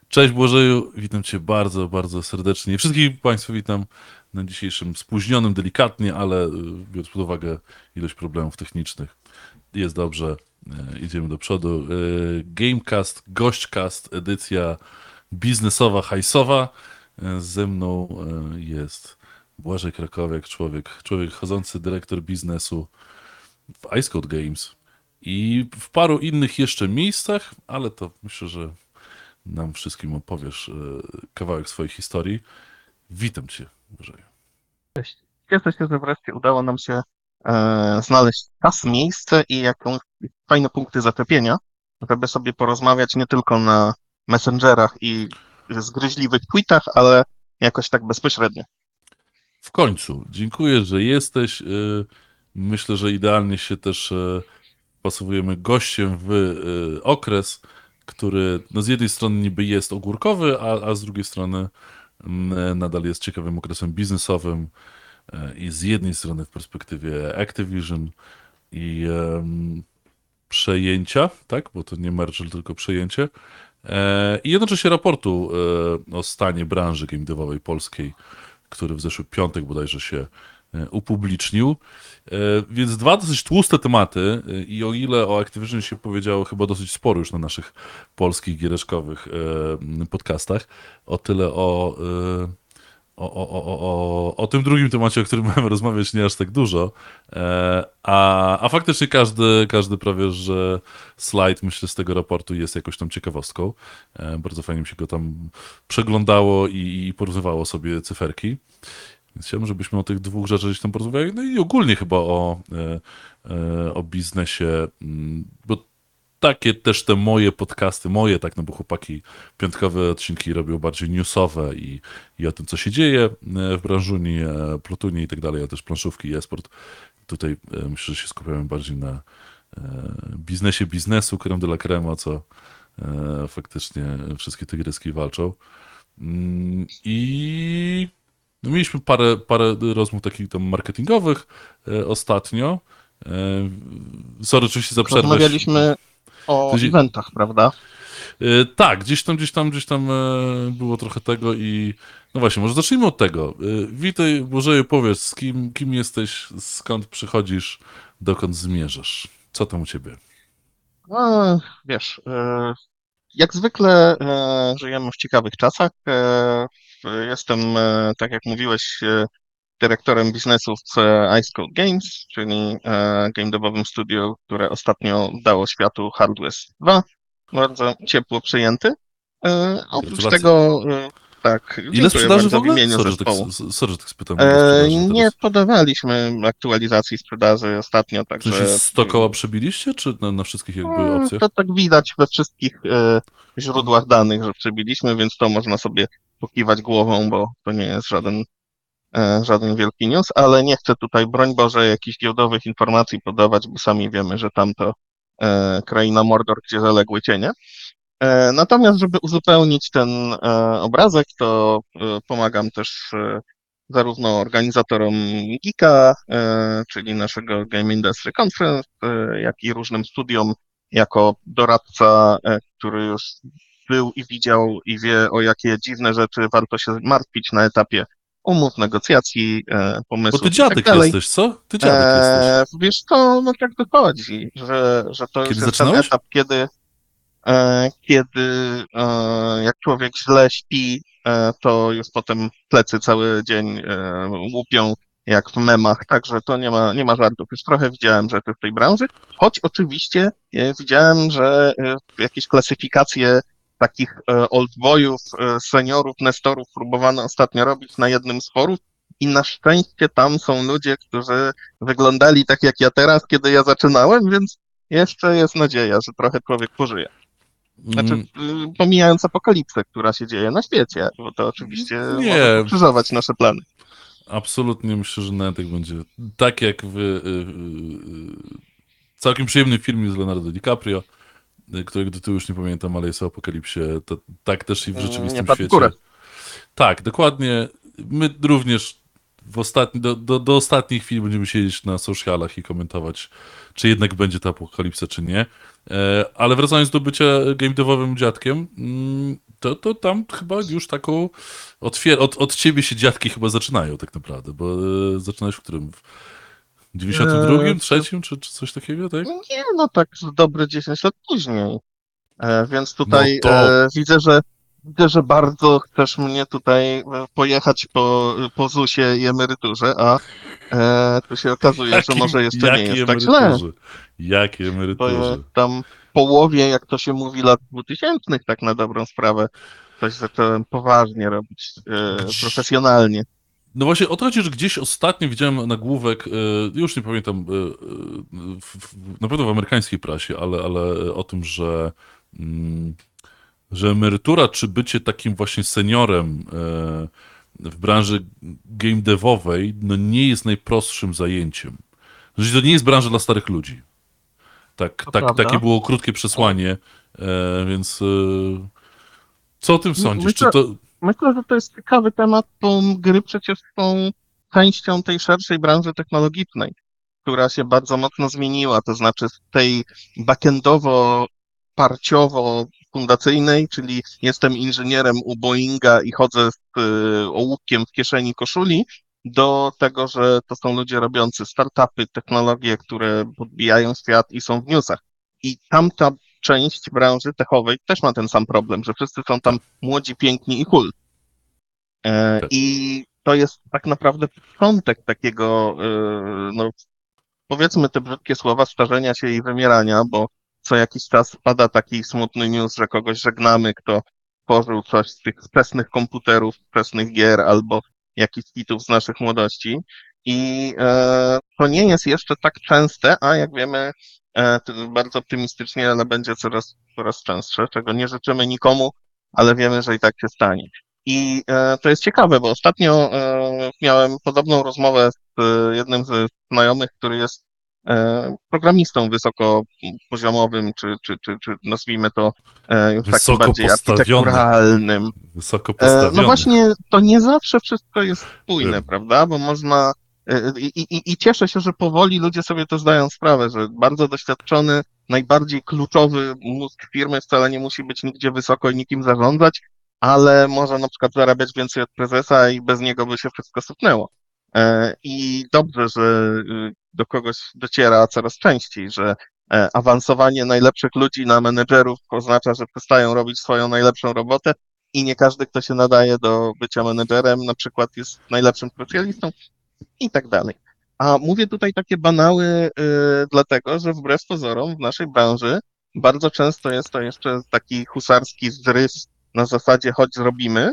Cześć Błażeju, witam Cię bardzo, bardzo serdecznie. Wszystkich Państwa witam na dzisiejszym spóźnionym delikatnie, ale biorąc pod uwagę ilość problemów technicznych, jest dobrze, idziemy do przodu. Gamecast, gościcast, edycja biznesowa, hajsowa. Ze mną jest Błażej Krakowiak, człowiek chodzący dyrektor biznesu w Ice Code Games i w paru innych jeszcze miejscach, ale to myślę, że nam wszystkim opowiesz kawałek swojej historii. Witam Cię, Bożeju. Cieszę się, że wreszcie udało nam się znaleźć czas, miejsce i jakąś fajne punkty zaczepienia, żeby sobie porozmawiać nie tylko na Messengerach i zgryźliwych tweetach, ale jakoś tak bezpośrednio. W końcu, dziękuję, że jesteś. Myślę, że idealnie się też pasowujemy gościem w okres, który no z jednej strony niby jest ogórkowy, a z drugiej strony nadal jest ciekawym okresem biznesowym i z jednej strony w perspektywie Activision i przejęcia, tak? Bo to nie merger, tylko przejęcie. I jednocześnie raportu o stanie branży game devowej polskiej, który w zeszły piątek bodajże się upublicznił. Więc dwa dosyć tłuste tematy i o ile o Activision się powiedziało chyba dosyć sporo już na naszych polskich giereczkowych podcastach, o tyle o tym drugim temacie, o którym mamy rozmawiać, nie aż tak dużo. A faktycznie każdy prawie, że slajd, myślę, z tego raportu jest jakąś tam ciekawostką. Bardzo fajnie mi się go tam przeglądało i porównywało sobie cyferki. Więc chciałbym, żebyśmy o tych dwóch rzeczach gdzieś tam porozmawiali. No i ogólnie chyba o biznesie, bo takie też te moje podcasty, moje tak, no bo chłopaki piątkowe odcinki robią bardziej newsowe i o tym, co się dzieje w branżuni, plutonie i tak dalej, a też planszówki i e-sport. Tutaj myślę, że się skupiamy bardziej na biznesie biznesu, creme de la creme, o co faktycznie wszystkie tygryski walczą. I no mieliśmy parę rozmów takich tam marketingowych ostatnio. Sorry oczywiście za przerwę. Rozmawialiśmy o eventach, prawda? Tak, gdzieś tam było trochę tego i no właśnie, może zacznijmy od tego. Witaj, Bożeju, powiedz, kim jesteś, skąd przychodzisz, dokąd zmierzasz? Co tam u ciebie? Wiesz, jak zwykle żyjemy w ciekawych czasach. Jestem, tak jak mówiłeś, dyrektorem biznesu w Ice Code Games, czyli game devowym studio, które ostatnio dało światu Hardware 2. Bardzo ciepło przyjęty. Oprócz Gratulacje. tego, tak, Ile dziękuję sprzedaży w bardzo w ogóle? imieniu zespołu. Sorry, że tak spytam, ile sprzedaży Nie teraz? podawaliśmy aktualizacji sprzedaży ostatnio, W sensie także 100 koła przebiliście, czy na wszystkich jakby opcjach? to tak widać we wszystkich źródłach danych, że przebiliśmy, więc to można sobie pokiwać głową, bo to nie jest żaden wielki news, ale nie chcę tutaj, broń Boże, jakichś giełdowych informacji podawać, bo sami wiemy, że tamto kraina Mordor, gdzie zaległy cienie. Natomiast, żeby uzupełnić ten obrazek, to pomagam też zarówno organizatorom Geeka, czyli naszego Game Industry Conference, jak i różnym studiom jako doradca, który już był i widział i wie, o jakie dziwne rzeczy warto się martwić na etapie umów, negocjacji, Bo ty pomysłów i tak dziadek dalej. jesteś, co? Ty dziadek jesteś. Wiesz co, no tak wychodzi, że to Kiedy już jest ten zaczynałeś? etap, kiedy jak człowiek źle śpi, to już potem plecy cały dzień łupią jak w memach, także to nie ma żartów. Już trochę widziałem rzeczy w tej branży, choć oczywiście widziałem, że jakieś klasyfikacje takich old boyów, seniorów, nestorów próbowano ostatnio robić na jednym z forów i na szczęście tam są ludzie, którzy wyglądali tak jak ja teraz, kiedy ja zaczynałem, więc jeszcze jest nadzieja, że trochę człowiek pożyje. Znaczy, Mm, pomijając apokalipsę, która się dzieje na świecie, bo to oczywiście może Nie, pokrzyżować nasze plany. absolutnie myślę, że Netek będzie tak jak w całkiem przyjemnym filmie z Leonardo DiCaprio, którego tytułu już nie pamiętam, ale jest o apokalipsie, to tak też i w Nie rzeczywistym padł w górę. świecie. Tak, dokładnie. My również do ostatniej chwili będziemy siedzieć na socialach i komentować, czy jednak będzie ta apokalipsa, czy nie. Ale wracając do bycia game devowym dziadkiem, to tam chyba już taką od ciebie się dziadki chyba zaczynają tak naprawdę, bo zaczynałeś w którym? W 92, E, trzecim, czy coś takiego, tak? Nie, no tak z dobre 10 lat później. Więc No tutaj to widzę, że bardzo chcesz mnie tutaj pojechać po ZUS-ie i emeryturze, a tu się okazuje, że może jeszcze nie jakiej jest tak źle, emeryturze? Jakiej bo emeryturze? tam w połowie, jak to się mówi, lat 2000, tak na dobrą sprawę, coś zacząłem poważnie robić, profesjonalnie. No właśnie o to chodzi, że gdzieś ostatnio widziałem nagłówek, już nie pamiętam, na pewno w amerykańskiej prasie, ale o tym, że emerytura czy bycie takim właśnie seniorem w branży game devowej no nie jest najprostszym zajęciem. Że to nie jest branża dla starych ludzi. To prawda. Takie było krótkie przesłanie, więc co o tym sądzisz? Czy Myślę, to... myślę, że to jest ciekawy temat, bo gry przecież są częścią tej szerszej branży technologicznej, która się bardzo mocno zmieniła, to znaczy z tej backendowo-parciowo-fundacyjnej, czyli jestem inżynierem u Boeinga i chodzę z ołówkiem w kieszeni koszuli, do tego, że to są ludzie robiący startupy, technologie, które podbijają świat i są w newsach. I tamta część branży techowej też ma ten sam problem, że wszyscy są tam Tak, młodzi, piękni i cool. tak. I to jest tak naprawdę początek takiego, no powiedzmy te brzydkie słowa, starzenia się i wymierania, bo co jakiś czas pada taki smutny news, że kogoś żegnamy, kto tworzył coś z tych wczesnych komputerów, wczesnych gier albo jakichś hitów z naszych młodości. I to nie jest jeszcze tak częste, a jak wiemy, to bardzo optymistycznie, ale będzie coraz częstsze, czego nie życzymy nikomu, ale wiemy, że i tak się stanie. I to jest ciekawe, bo ostatnio miałem podobną rozmowę z jednym z znajomych, który jest programistą wysokopoziomowym, czy nazwijmy to już takim Wysoko bardziej postawiony. architekturalnym. Wysoko No postawiony. właśnie, to nie zawsze wszystko jest spójne, Wiem. prawda? Bo można. I cieszę się, że powoli ludzie sobie to zdają sprawę, że bardzo doświadczony, najbardziej kluczowy mózg firmy wcale nie musi być nigdzie wysoko i nikim zarządzać, ale może na przykład zarabiać więcej od prezesa i bez niego by się wszystko sypnęło. I dobrze, że do kogoś dociera coraz częściej, że awansowanie najlepszych ludzi na menedżerów oznacza, że przestają robić swoją najlepszą robotę i nie każdy, kto się nadaje do bycia menedżerem, na przykład jest najlepszym specjalistą i tak dalej. A mówię tutaj takie banały, dlatego, że wbrew pozorom w naszej branży bardzo często jest to jeszcze taki husarski zrys na zasadzie choć zrobimy,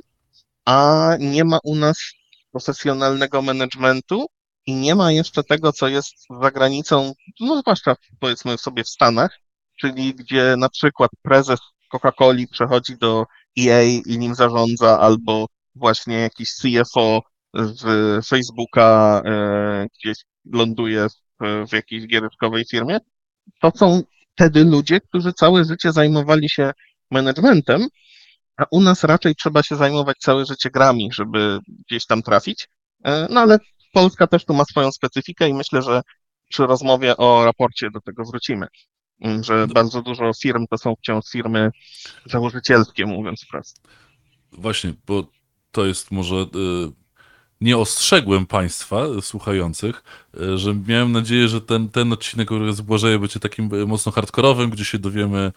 a nie ma u nas profesjonalnego managementu i nie ma jeszcze tego, co jest za granicą, no zwłaszcza powiedzmy sobie w Stanach, czyli gdzie na przykład prezes Coca-Coli przechodzi do EA i nim zarządza, albo właśnie jakiś CFO z Facebooka gdzieś ląduje w jakiejś giereczkowej firmie. To są wtedy ludzie, którzy całe życie zajmowali się managementem, a u nas raczej trzeba się zajmować całe życie grami, żeby gdzieś tam trafić. No ale Polska też tu ma swoją specyfikę i myślę, że przy rozmowie o raporcie do tego wrócimy. Że No, bardzo dużo firm to są wciąż firmy założycielskie, mówiąc wprost. właśnie, bo to jest może... nie ostrzegłem Państwa słuchających, że miałem nadzieję, że ten odcinek z Błażeja będzie takim mocno hardkorowym, gdzie się dowiemy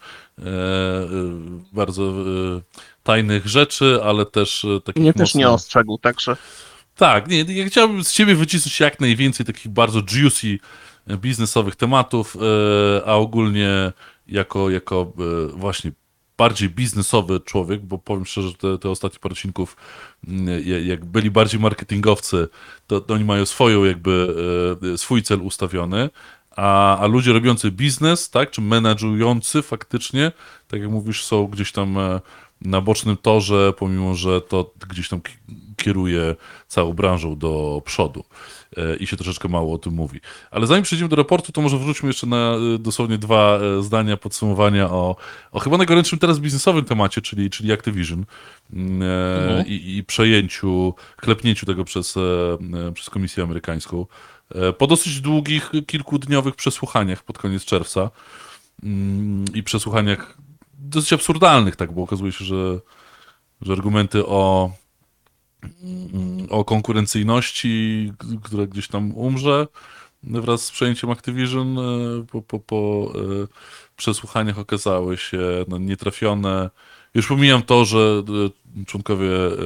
bardzo tajnych rzeczy, ale też Mnie takich też nie mocno... ostrzegł, także Tak, nie, ja chciałbym z Ciebie wycisnąć jak najwięcej takich bardzo juicy biznesowych tematów, a ogólnie jako właśnie bardziej biznesowy człowiek, bo powiem szczerze, że te ostatnie parę odcinków, jak byli bardziej marketingowcy, to oni mają swoją jakby, swój cel ustawiony, a ludzie robiący biznes, tak, czy menadżujący faktycznie, tak jak mówisz, są gdzieś tam na bocznym torze, pomimo że to gdzieś tam kieruje całą branżą do przodu i się troszeczkę mało o tym mówi. Ale zanim przejdziemy do raportu, to może wróćmy jeszcze na dosłownie dwa zdania podsumowania o chyba najgorętszym teraz biznesowym temacie, czyli Activision mhm. i przejęciu, klepnięciu tego przez Komisję Amerykańską. Po dosyć długich, kilkudniowych przesłuchaniach pod koniec czerwca. i przesłuchaniach dosyć absurdalnych, tak, bo okazuje się, że argumenty o konkurencyjności, która gdzieś tam umrze wraz z przejęciem Activision, po przesłuchaniach okazały się no, nietrafione. Już pomijam to, że członkowie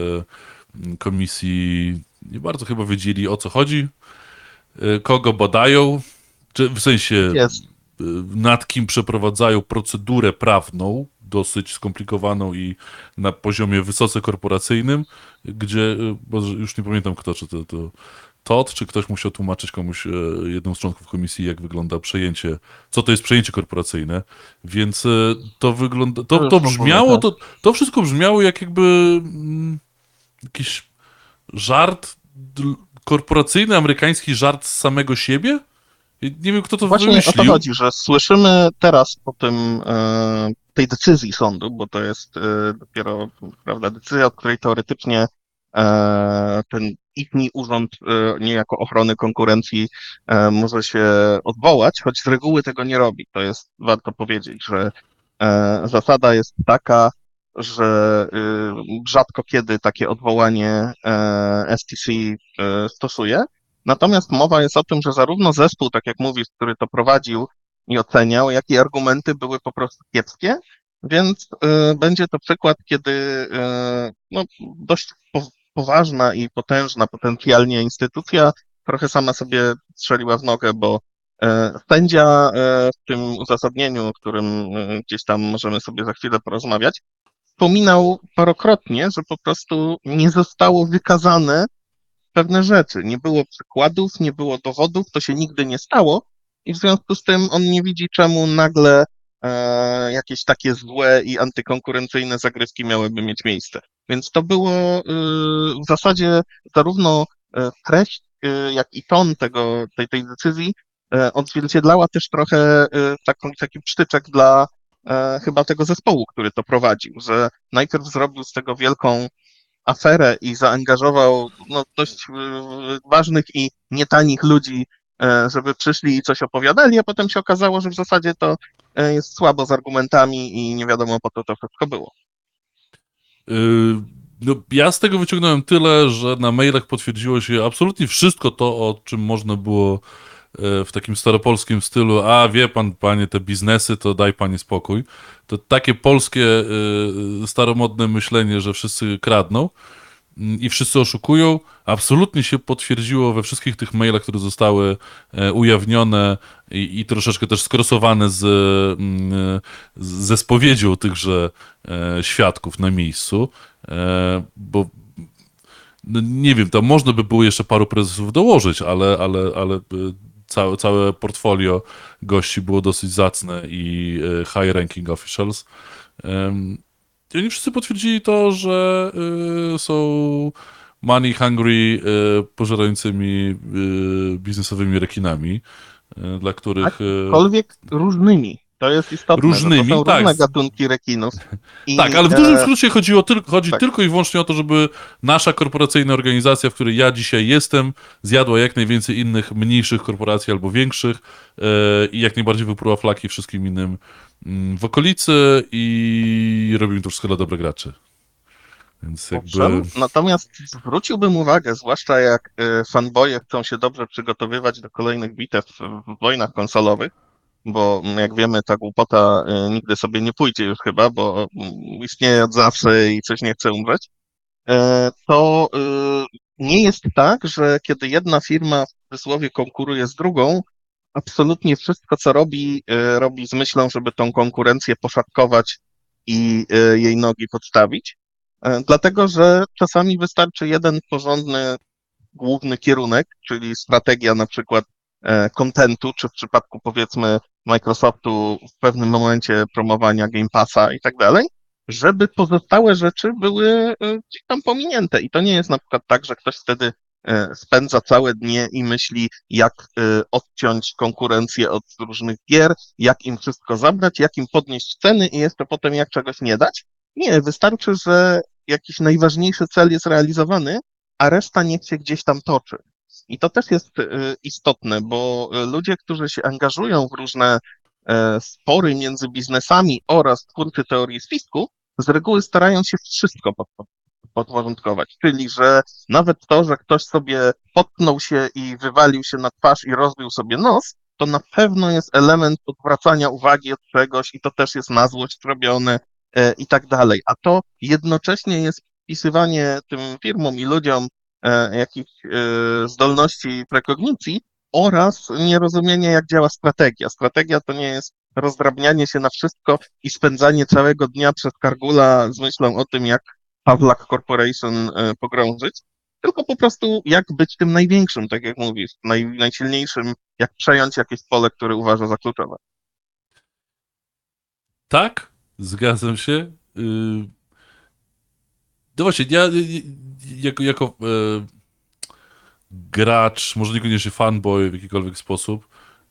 komisji nie bardzo chyba wiedzieli, o co chodzi, kogo badają, czy w sensie Jest. nad kim przeprowadzają procedurę prawną, dosyć skomplikowaną i na poziomie wysoce korporacyjnym, gdzie, bo już nie pamiętam kto, czy to Todd, czy ktoś musiał tłumaczyć komuś, jedną z członków komisji, jak wygląda przejęcie, co to jest przejęcie korporacyjne, więc to wygląda, To już to w ogóle, brzmiało, tak. to wszystko brzmiało jak jakby jakiś żart, korporacyjny, amerykański żart z samego siebie. Nie wiem, kto to Właśnie o to wymyślił. chodzi, że słyszymy teraz po tym, tej decyzji sądu, bo to jest dopiero, prawda, decyzja, od której teoretycznie ten ITMI Urząd niejako Ochrony Konkurencji może się odwołać, choć z reguły tego nie robi. To jest, warto powiedzieć, że zasada jest taka, że rzadko kiedy takie odwołanie STC stosuje. Natomiast mowa jest o tym, że zarówno zespół, tak jak mówisz, który to prowadził i oceniał, jak i argumenty były po prostu kiepskie, więc będzie to przykład, kiedy no, dość poważna i potężna potencjalnie instytucja trochę sama sobie strzeliła w nogę, bo sędzia w tym uzasadnieniu, o którym gdzieś tam możemy sobie za chwilę porozmawiać, wspominał parokrotnie, że po prostu nie zostało wykazane pewne rzeczy. Nie było przykładów, nie było dowodów, to się nigdy nie stało i w związku z tym on nie widzi, czemu nagle jakieś takie złe i antykonkurencyjne zagrywki miałyby mieć miejsce. Więc to było w zasadzie zarówno treść, jak i ton tej decyzji odzwierciedlała też trochę taki przytyczek dla chyba tego zespołu, który to prowadził, że najpierw zrobił z tego wielką aferę i zaangażował no, dość ważnych i nietanich ludzi, żeby przyszli i coś opowiadali, a potem się okazało, że w zasadzie to jest słabo z argumentami i nie wiadomo po co to wszystko było. No, ja z tego wyciągnąłem tyle, że na mailach potwierdziło się absolutnie wszystko to, o czym można było w takim staropolskim stylu, a wie pan, panie, te biznesy, to daj pani spokój. To takie polskie, staromodne myślenie, że wszyscy kradną i wszyscy oszukują, absolutnie się potwierdziło we wszystkich tych mailach, które zostały ujawnione i troszeczkę też skrosowane ze spowiedzią tychże świadków na miejscu, bo no nie wiem, tam można by było jeszcze paru prezesów dołożyć, ale całe portfolio gości było dosyć zacne i high-ranking officials. I oni wszyscy potwierdzili to, że są money hungry, pożerającymi biznesowymi rekinami, dla których Aczkolwiek różnymi. To jest istotne, że to różnymi, są tak, różne gatunki rekinów. tak, I ale w dużym skrócie chodzi tak, tylko i wyłącznie o to, żeby nasza korporacyjna organizacja, w której ja dzisiaj jestem, zjadła jak najwięcej innych mniejszych korporacji albo większych i jak najbardziej wypruła flaki wszystkim innym w okolicy i robimy to wszystko dla dobrych graczy. Więc jakby... owszem, natomiast zwróciłbym uwagę, zwłaszcza jak fanboye chcą się dobrze przygotowywać do kolejnych bitew w wojnach konsolowych, bo jak wiemy, ta głupota nigdy sobie nie pójdzie już chyba, bo istnieje od zawsze i coś nie chce umrzeć, to nie jest tak, że kiedy jedna firma w cudzysłowie konkuruje z drugą, absolutnie wszystko, co robi, robi z myślą, żeby tą konkurencję poszatkować i jej nogi podstawić. Dlatego, że czasami wystarczy jeden porządny główny kierunek, czyli strategia na przykład contentu, czy w przypadku powiedzmy Microsoftu w pewnym momencie promowania Game Passa i tak dalej, żeby pozostałe rzeczy były gdzieś tam pominięte. I to nie jest na przykład tak, że ktoś wtedy spędza całe dnie i myśli, jak odciąć konkurencję od różnych gier, jak im wszystko zabrać, jak im podnieść ceny i jeszcze potem jak czegoś nie dać. Nie, wystarczy, że jakiś najważniejszy cel jest realizowany, a reszta niech się gdzieś tam toczy. I to też jest istotne, bo ludzie, którzy się angażują w różne spory między biznesami oraz twórcy teorii spisku z reguły starają się wszystko podporządkować. Czyli, że nawet to, że ktoś sobie potknął się i wywalił się na twarz i rozbił sobie nos, to na pewno jest element odwracania uwagi od czegoś i to też jest na złość robione i tak dalej. A to jednocześnie jest wpisywanie tym firmom i ludziom jakichś zdolności prekognicji oraz nierozumienie, jak działa strategia. Strategia to nie jest rozdrabnianie się na wszystko i spędzanie całego dnia przez Kargula z myślą o tym, jak Pawlak Corporation pogrążyć, tylko po prostu jak być tym największym, tak jak mówisz, najsilniejszym, jak przejąć jakieś pole, które uważa za kluczowe. Tak, zgadzam się. No właśnie, ja jako gracz, może niekoniecznie fanboy w jakikolwiek sposób,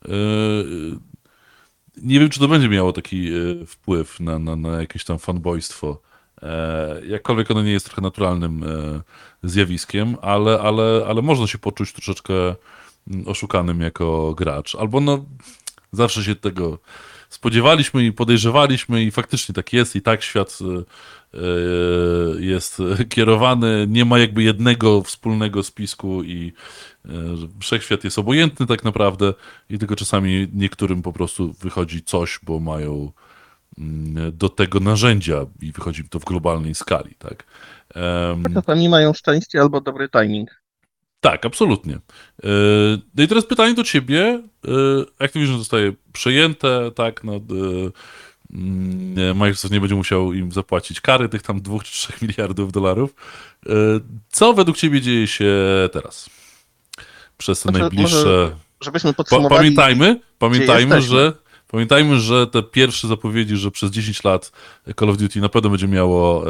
nie wiem, czy to będzie miało taki wpływ na jakieś tam fanboystwo. Jakkolwiek ono nie jest trochę naturalnym zjawiskiem, ale można się poczuć troszeczkę oszukanym jako gracz. Albo no, zawsze się tego spodziewaliśmy i podejrzewaliśmy i faktycznie tak jest i tak świat jest kierowany. Nie ma jakby jednego wspólnego spisku i że wszechświat jest obojętny tak naprawdę i tylko czasami niektórym po prostu wychodzi coś, bo mają do tego narzędzia i wychodzi im to w globalnej skali, tak? Czasami mają szczęście albo dobry timing. Tak, absolutnie. No i teraz pytanie do ciebie. Activision zostaje przejęte, tak? No, Microsoft nie będzie musiał im zapłacić kary tych tam 2 czy 3 miliardów dolarów. Co według ciebie dzieje się teraz? Przez te Może, najbliższe. żebyśmy podsumowali, Pamiętajmy, jesteśmy. że te pierwsze zapowiedzi, że przez 10 lat Call of Duty na pewno będzie miało,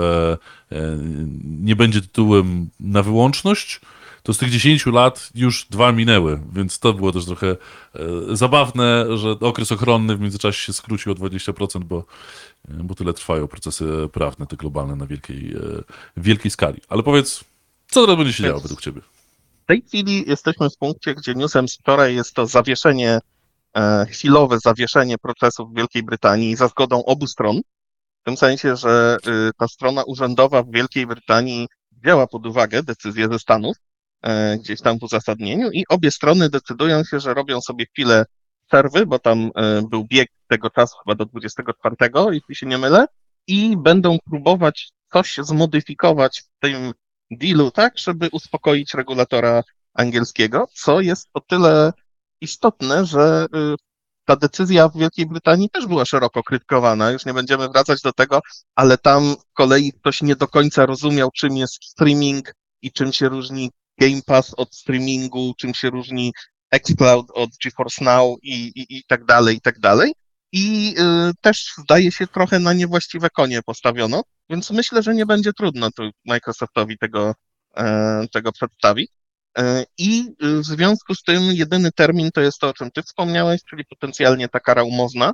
nie będzie tytułem na wyłączność, to z tych 10 lat już 2 minęły, więc to było też trochę zabawne, że okres ochronny w międzyczasie się skrócił o 20%, bo tyle trwają procesy prawne te globalne na wielkiej skali. Ale powiedz, co teraz będzie się działo według ciebie? W tej chwili jesteśmy w punkcie, gdzie newsem z wczoraj jest to zawieszenie, chwilowe zawieszenie procesów w Wielkiej Brytanii za zgodą obu stron. W tym sensie, że ta strona urzędowa w Wielkiej Brytanii wzięła pod uwagę decyzję ze Stanów, gdzieś tam w uzasadnieniu i obie strony decydują się, że robią sobie chwilę przerwy, bo tam był bieg tego czasu chyba do 24, jeśli się nie mylę, i będą próbować coś zmodyfikować w tym dealu tak, żeby uspokoić regulatora angielskiego, co jest o tyle istotne, że ta decyzja w Wielkiej Brytanii też była szeroko krytykowana, już nie będziemy wracać do tego, ale tam z kolei ktoś nie do końca rozumiał, czym jest streaming i czym się różni Game Pass od streamingu, czym się różni xCloud od GeForce Now i tak dalej, i tak dalej. I też zdaje się trochę na niewłaściwe konie postawiono, więc myślę, że nie będzie trudno tu Microsoftowi tego przedstawić. I w związku z tym jedyny termin to jest to, o czym ty wspomniałeś, czyli potencjalnie ta kara umowna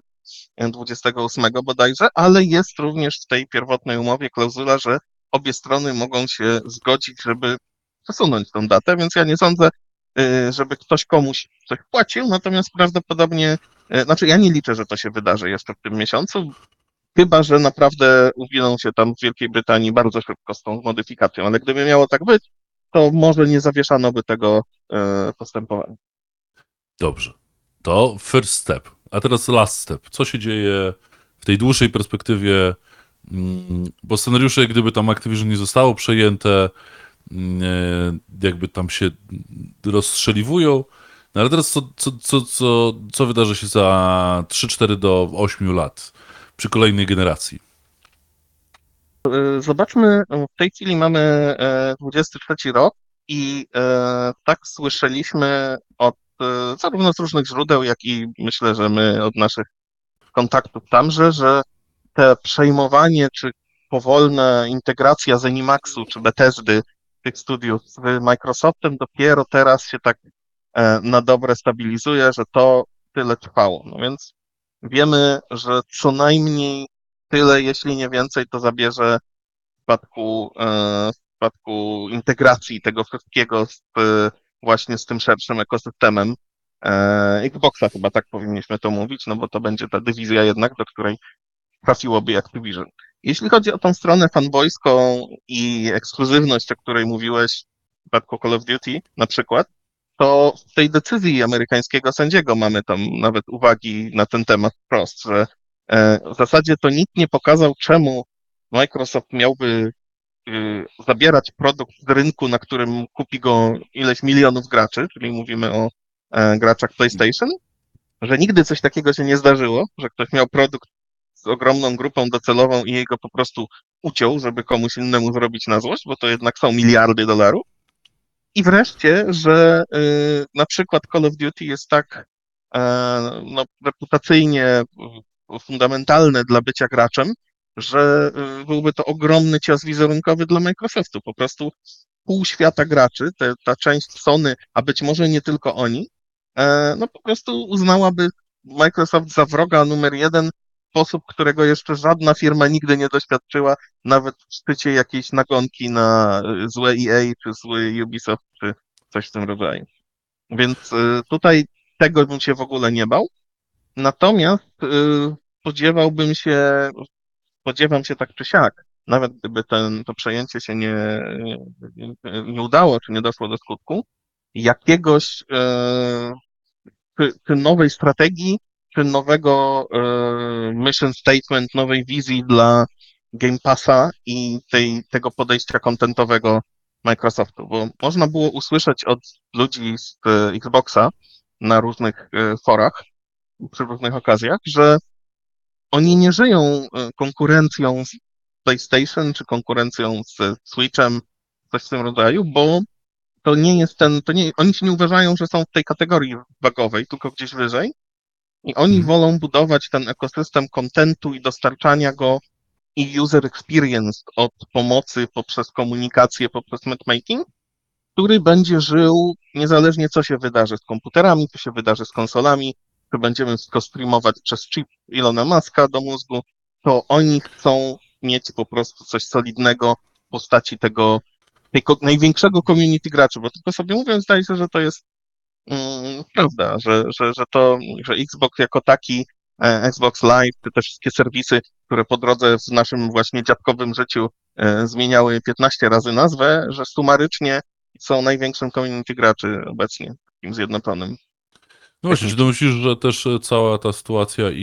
28 bodajże, ale jest również w tej pierwotnej umowie klauzula, że obie strony mogą się zgodzić, żeby przesunąć tą datę, więc ja nie sądzę, żeby ktoś komuś coś płacił, natomiast prawdopodobnie, znaczy ja nie liczę, że to się wydarzy jeszcze w tym miesiącu, chyba że naprawdę uwiną się tam w Wielkiej Brytanii bardzo szybko z tą modyfikacją, ale gdyby miało tak być, to może nie zawieszano by tego postępowania. Dobrze. To first step. A teraz last step. Co się dzieje w tej dłuższej perspektywie? Bo scenariusze, gdyby tam Activision nie zostało przejęte, jakby tam się rozstrzeliwują. No ale teraz co wydarzy się za 3-4 do 8 lat przy kolejnej generacji? Zobaczmy, w tej chwili mamy 23 rok i tak słyszeliśmy od zarówno z różnych źródeł, jak i myślę, że my od naszych kontaktów tamże, że te przejmowanie czy powolna integracja Zenimaxu czy Bethesdy tych studiów z Microsoftem dopiero teraz się tak na dobre stabilizuje, że to tyle trwało. No więc wiemy, że co najmniej tyle, jeśli nie więcej, to zabierze w przypadku integracji tego wszystkiego właśnie z tym szerszym ekosystemem. Xboxa chyba tak powinniśmy to mówić, no bo to będzie ta dywizja jednak, do której trafiłoby Activision. Jeśli chodzi o tą stronę fanboyską i ekskluzywność, o której mówiłeś w przypadku Call of Duty na przykład, to w tej decyzji amerykańskiego sędziego mamy tam nawet uwagi na ten temat wprost, że w zasadzie to nikt nie pokazał, czemu Microsoft miałby zabierać produkt z rynku, na którym kupi go ileś milionów graczy, czyli mówimy o graczach PlayStation, że nigdy coś takiego się nie zdarzyło, że ktoś miał produkt z ogromną grupą docelową i jej go po prostu uciął, żeby komuś innemu zrobić na złość, bo to jednak są miliardy dolarów. I wreszcie, że na przykład Call of Duty jest tak no, reputacyjnie fundamentalne dla bycia graczem, że byłby to ogromny cios wizerunkowy dla Microsoftu. Po prostu pół świata graczy, ta część Sony, a być może nie tylko oni, no po prostu uznałaby Microsoft za wroga numer jeden w sposób, którego jeszcze żadna firma nigdy nie doświadczyła, nawet w szczycie jakiejś nagonki na złe EA, czy zły Ubisoft, czy coś w tym rodzaju. Więc tutaj tego bym się w ogóle nie bał. Natomiast spodziewam się tak czy siak, nawet gdyby to przejęcie się nie udało, czy nie doszło do skutku, jakiegoś czy nowej strategii, czy nowego mission statement, nowej wizji dla Game Passa i tego podejścia kontentowego Microsoftu, bo można było usłyszeć od ludzi z Xboxa na różnych forach, przy różnych okazjach, że oni nie żyją konkurencją z PlayStation czy konkurencją z Switchem, coś w tym rodzaju, bo to nie jest oni się nie uważają, że są w tej kategorii wagowej, tylko gdzieś wyżej i oni wolą budować ten ekosystem kontentu i dostarczania go i user experience od pomocy poprzez komunikację, poprzez matchmaking, który będzie żył niezależnie co się wydarzy z komputerami, co się wydarzy z konsolami, czy będziemy wszystko streamować przez chip Ilona Muska do mózgu, to oni chcą mieć po prostu coś solidnego w postaci największego community graczy, bo tylko sobie mówiąc, zdaje się, że to jest prawda, że Xbox jako taki, Xbox Live, czy te wszystkie serwisy, które po drodze w naszym właśnie dziadkowym życiu zmieniały 15 razy nazwę, że sumarycznie są największym community graczy obecnie, takim zjednoczonym No właśnie, czy to technicznie. myślisz, że też cała ta sytuacja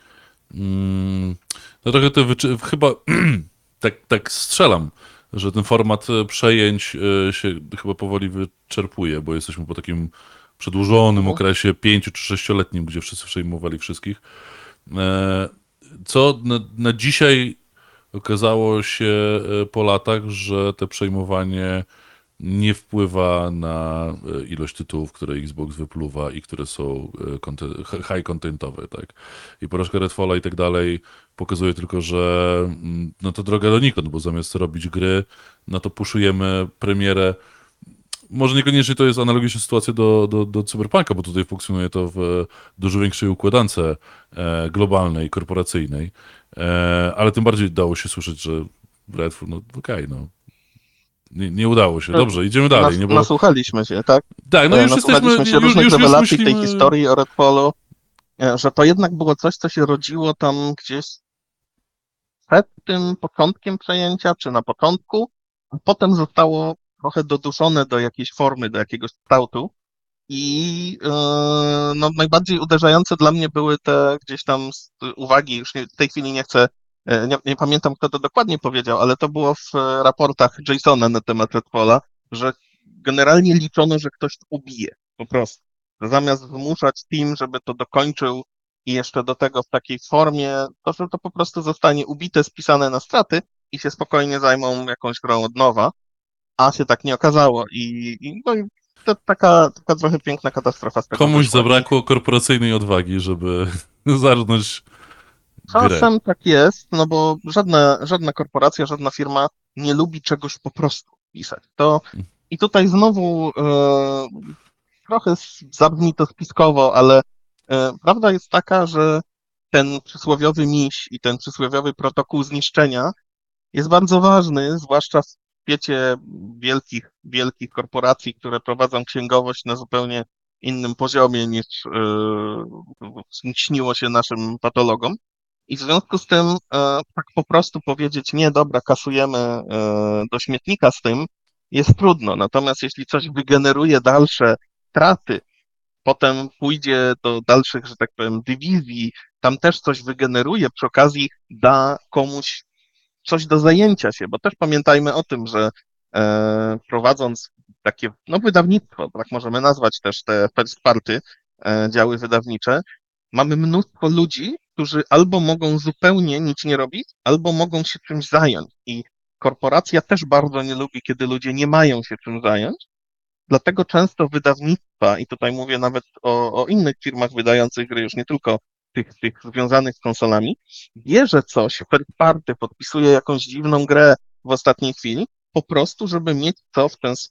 no trochę chyba tak strzelam, że ten format przejęć się chyba powoli wyczerpuje, bo jesteśmy po takim przedłużonym Mhm. okresie 5 czy 6-letnim, gdzie wszyscy przejmowali wszystkich. E, Co na dzisiaj okazało się po latach, że te przejmowanie nie wpływa na ilość tytułów, które Xbox wypluwa i które są high contentowe, tak? I porażka Redfalla i tak dalej pokazuje tylko, że no to droga donikąd, bo zamiast robić gry, no to puszujemy premierę. Może niekoniecznie to jest analogiczna sytuacja do Cyberpunka, bo tutaj funkcjonuje to w dużo większej układance globalnej, korporacyjnej, ale tym bardziej dało się słyszeć, że Redfall, no okej, no nie udało się. Dobrze, idziemy dalej, nie? Bo Nasłuchaliśmy się, tak? tak, no już jesteśmy, Nasłuchaliśmy się różnych już rewelacji tej myślimy. historii o Redfallu, że to jednak było coś, co się rodziło tam gdzieś przed tym początkiem przejęcia, czy na początku, a potem zostało trochę doduszone do jakiejś formy, do jakiegoś kształtu. I no, najbardziej uderzające dla mnie były te gdzieś tam uwagi, już w tej chwili nie chcę, nie pamiętam kto to dokładnie powiedział, ale to było w raportach Jasona na temat Redfalla, że generalnie liczono, że ktoś to ubije, po prostu. Że zamiast wymuszać team, żeby to dokończył i jeszcze do tego w takiej formie, to że to po prostu zostanie ubite, spisane na straty i się spokojnie zajmą jakąś grą od nowa, a się tak nie okazało. No i to taka trochę piękna katastrofa z tego Komuś wyszła. I zabrakło korporacyjnej odwagi, żeby zarżnąć grę. czasem tak jest, no bo żadna korporacja, żadna firma nie lubi czegoś po prostu pisać. I tutaj znowu trochę zabrzmi to spiskowo, ale prawda jest taka, że ten przysłowiowy miś i ten przysłowiowy protokół zniszczenia jest bardzo ważny, zwłaszcza w świecie wielkich korporacji, które prowadzą księgowość na zupełnie innym poziomie niż śniło się naszym patologom. I w związku z tym tak po prostu powiedzieć, nie, dobra, kasujemy do śmietnika z tym, jest trudno. Natomiast jeśli coś wygeneruje dalsze straty, potem pójdzie do dalszych, że tak powiem, dywizji, tam też coś wygeneruje, przy okazji da komuś coś do zajęcia się, bo też pamiętajmy o tym, że prowadząc takie, no wydawnictwo, tak możemy nazwać też te first party, działy wydawnicze, mamy mnóstwo ludzi, którzy albo mogą zupełnie nic nie robić, albo mogą się czymś zająć. I korporacja też bardzo nie lubi, kiedy ludzie nie mają się czym zająć. Dlatego często wydawnictwa, i tutaj mówię nawet o innych firmach wydających gry, już nie tylko tych związanych z konsolami, bierze coś, third party, podpisuje jakąś dziwną grę w ostatniej chwili, po prostu, żeby mieć to w tę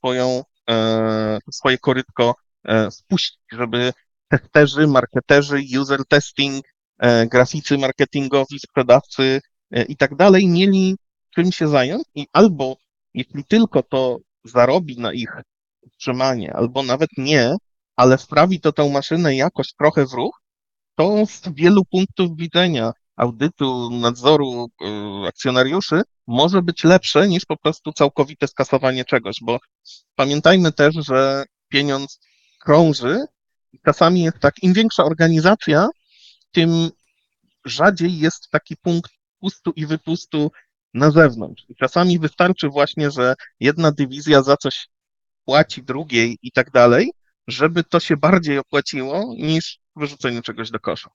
swoje korytko wpuścić, żeby testerzy, marketerzy, user testing, graficy marketingowi, sprzedawcy i tak dalej mieli czym się zająć i albo jeśli tylko to zarobi na ich utrzymanie, albo nawet nie, ale wprawi to tę maszynę jakoś trochę w ruch, to z wielu punktów widzenia audytu, nadzoru akcjonariuszy może być lepsze niż po prostu całkowite skasowanie czegoś, bo pamiętajmy też, że pieniądz krąży i czasami jest tak, im większa organizacja, tym rzadziej jest taki punkt pustu i wypustu na zewnątrz. I czasami wystarczy właśnie, że jedna dywizja za coś płaci drugiej i tak dalej, żeby to się bardziej opłaciło niż wyrzucenie czegoś do kosza.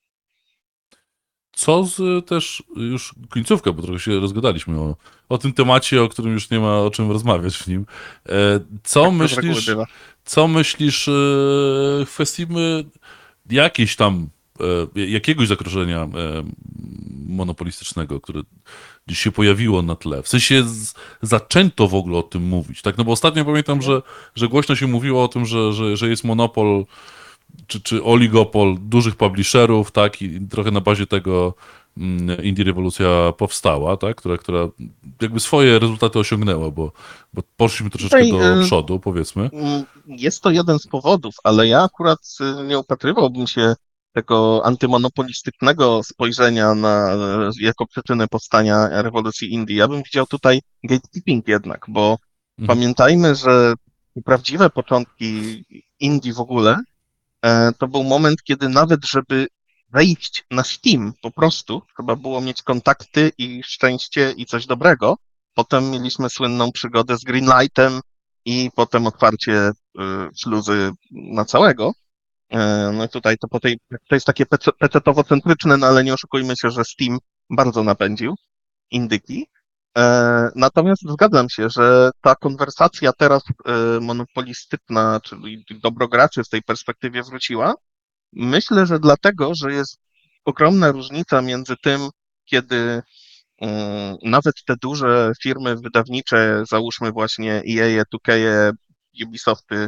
Co z też już końcówka, bo trochę się rozgadaliśmy o tym temacie, o którym już nie ma o czym rozmawiać w nim. Co Tak to z reguły myślisz, bywa. co myślisz w kwestii jakiejś tam, jakiegoś zagrożenia monopolistycznego, które gdzieś się pojawiło na tle? W sensie zaczęto w ogóle o tym mówić, tak? No bo ostatnio pamiętam, że głośno się mówiło o tym, że jest monopol czy oligopol dużych publisherów, tak, i trochę na bazie tego Indie Rewolucja powstała, tak, która jakby swoje rezultaty osiągnęła, bo poszliśmy troszeczkę Tutaj do przodu, powiedzmy. jest to jeden z powodów, ale ja akurat nie upatrywałbym się tego antymonopolistycznego spojrzenia jako przyczynę powstania rewolucji Indii. Ja bym widział tutaj gatekeeping jednak, bo Mhm. pamiętajmy, że prawdziwe początki Indii w ogóle to był moment, kiedy nawet żeby wejść na Steam po prostu, trzeba było mieć kontakty i szczęście i coś dobrego. Potem mieliśmy słynną przygodę z Greenlightem i potem otwarcie śluzy na całego. No i tutaj to jest takie pecetowo-centryczne, no ale nie oszukujmy się, że Steam bardzo napędził indyki. Natomiast zgadzam się, że ta konwersacja teraz monopolistyczna, czyli dobrograczy w tej perspektywie wróciła. Myślę, że dlatego, że jest ogromna różnica między tym, kiedy nawet te duże firmy wydawnicze, załóżmy właśnie EA, 2K, Ubisofty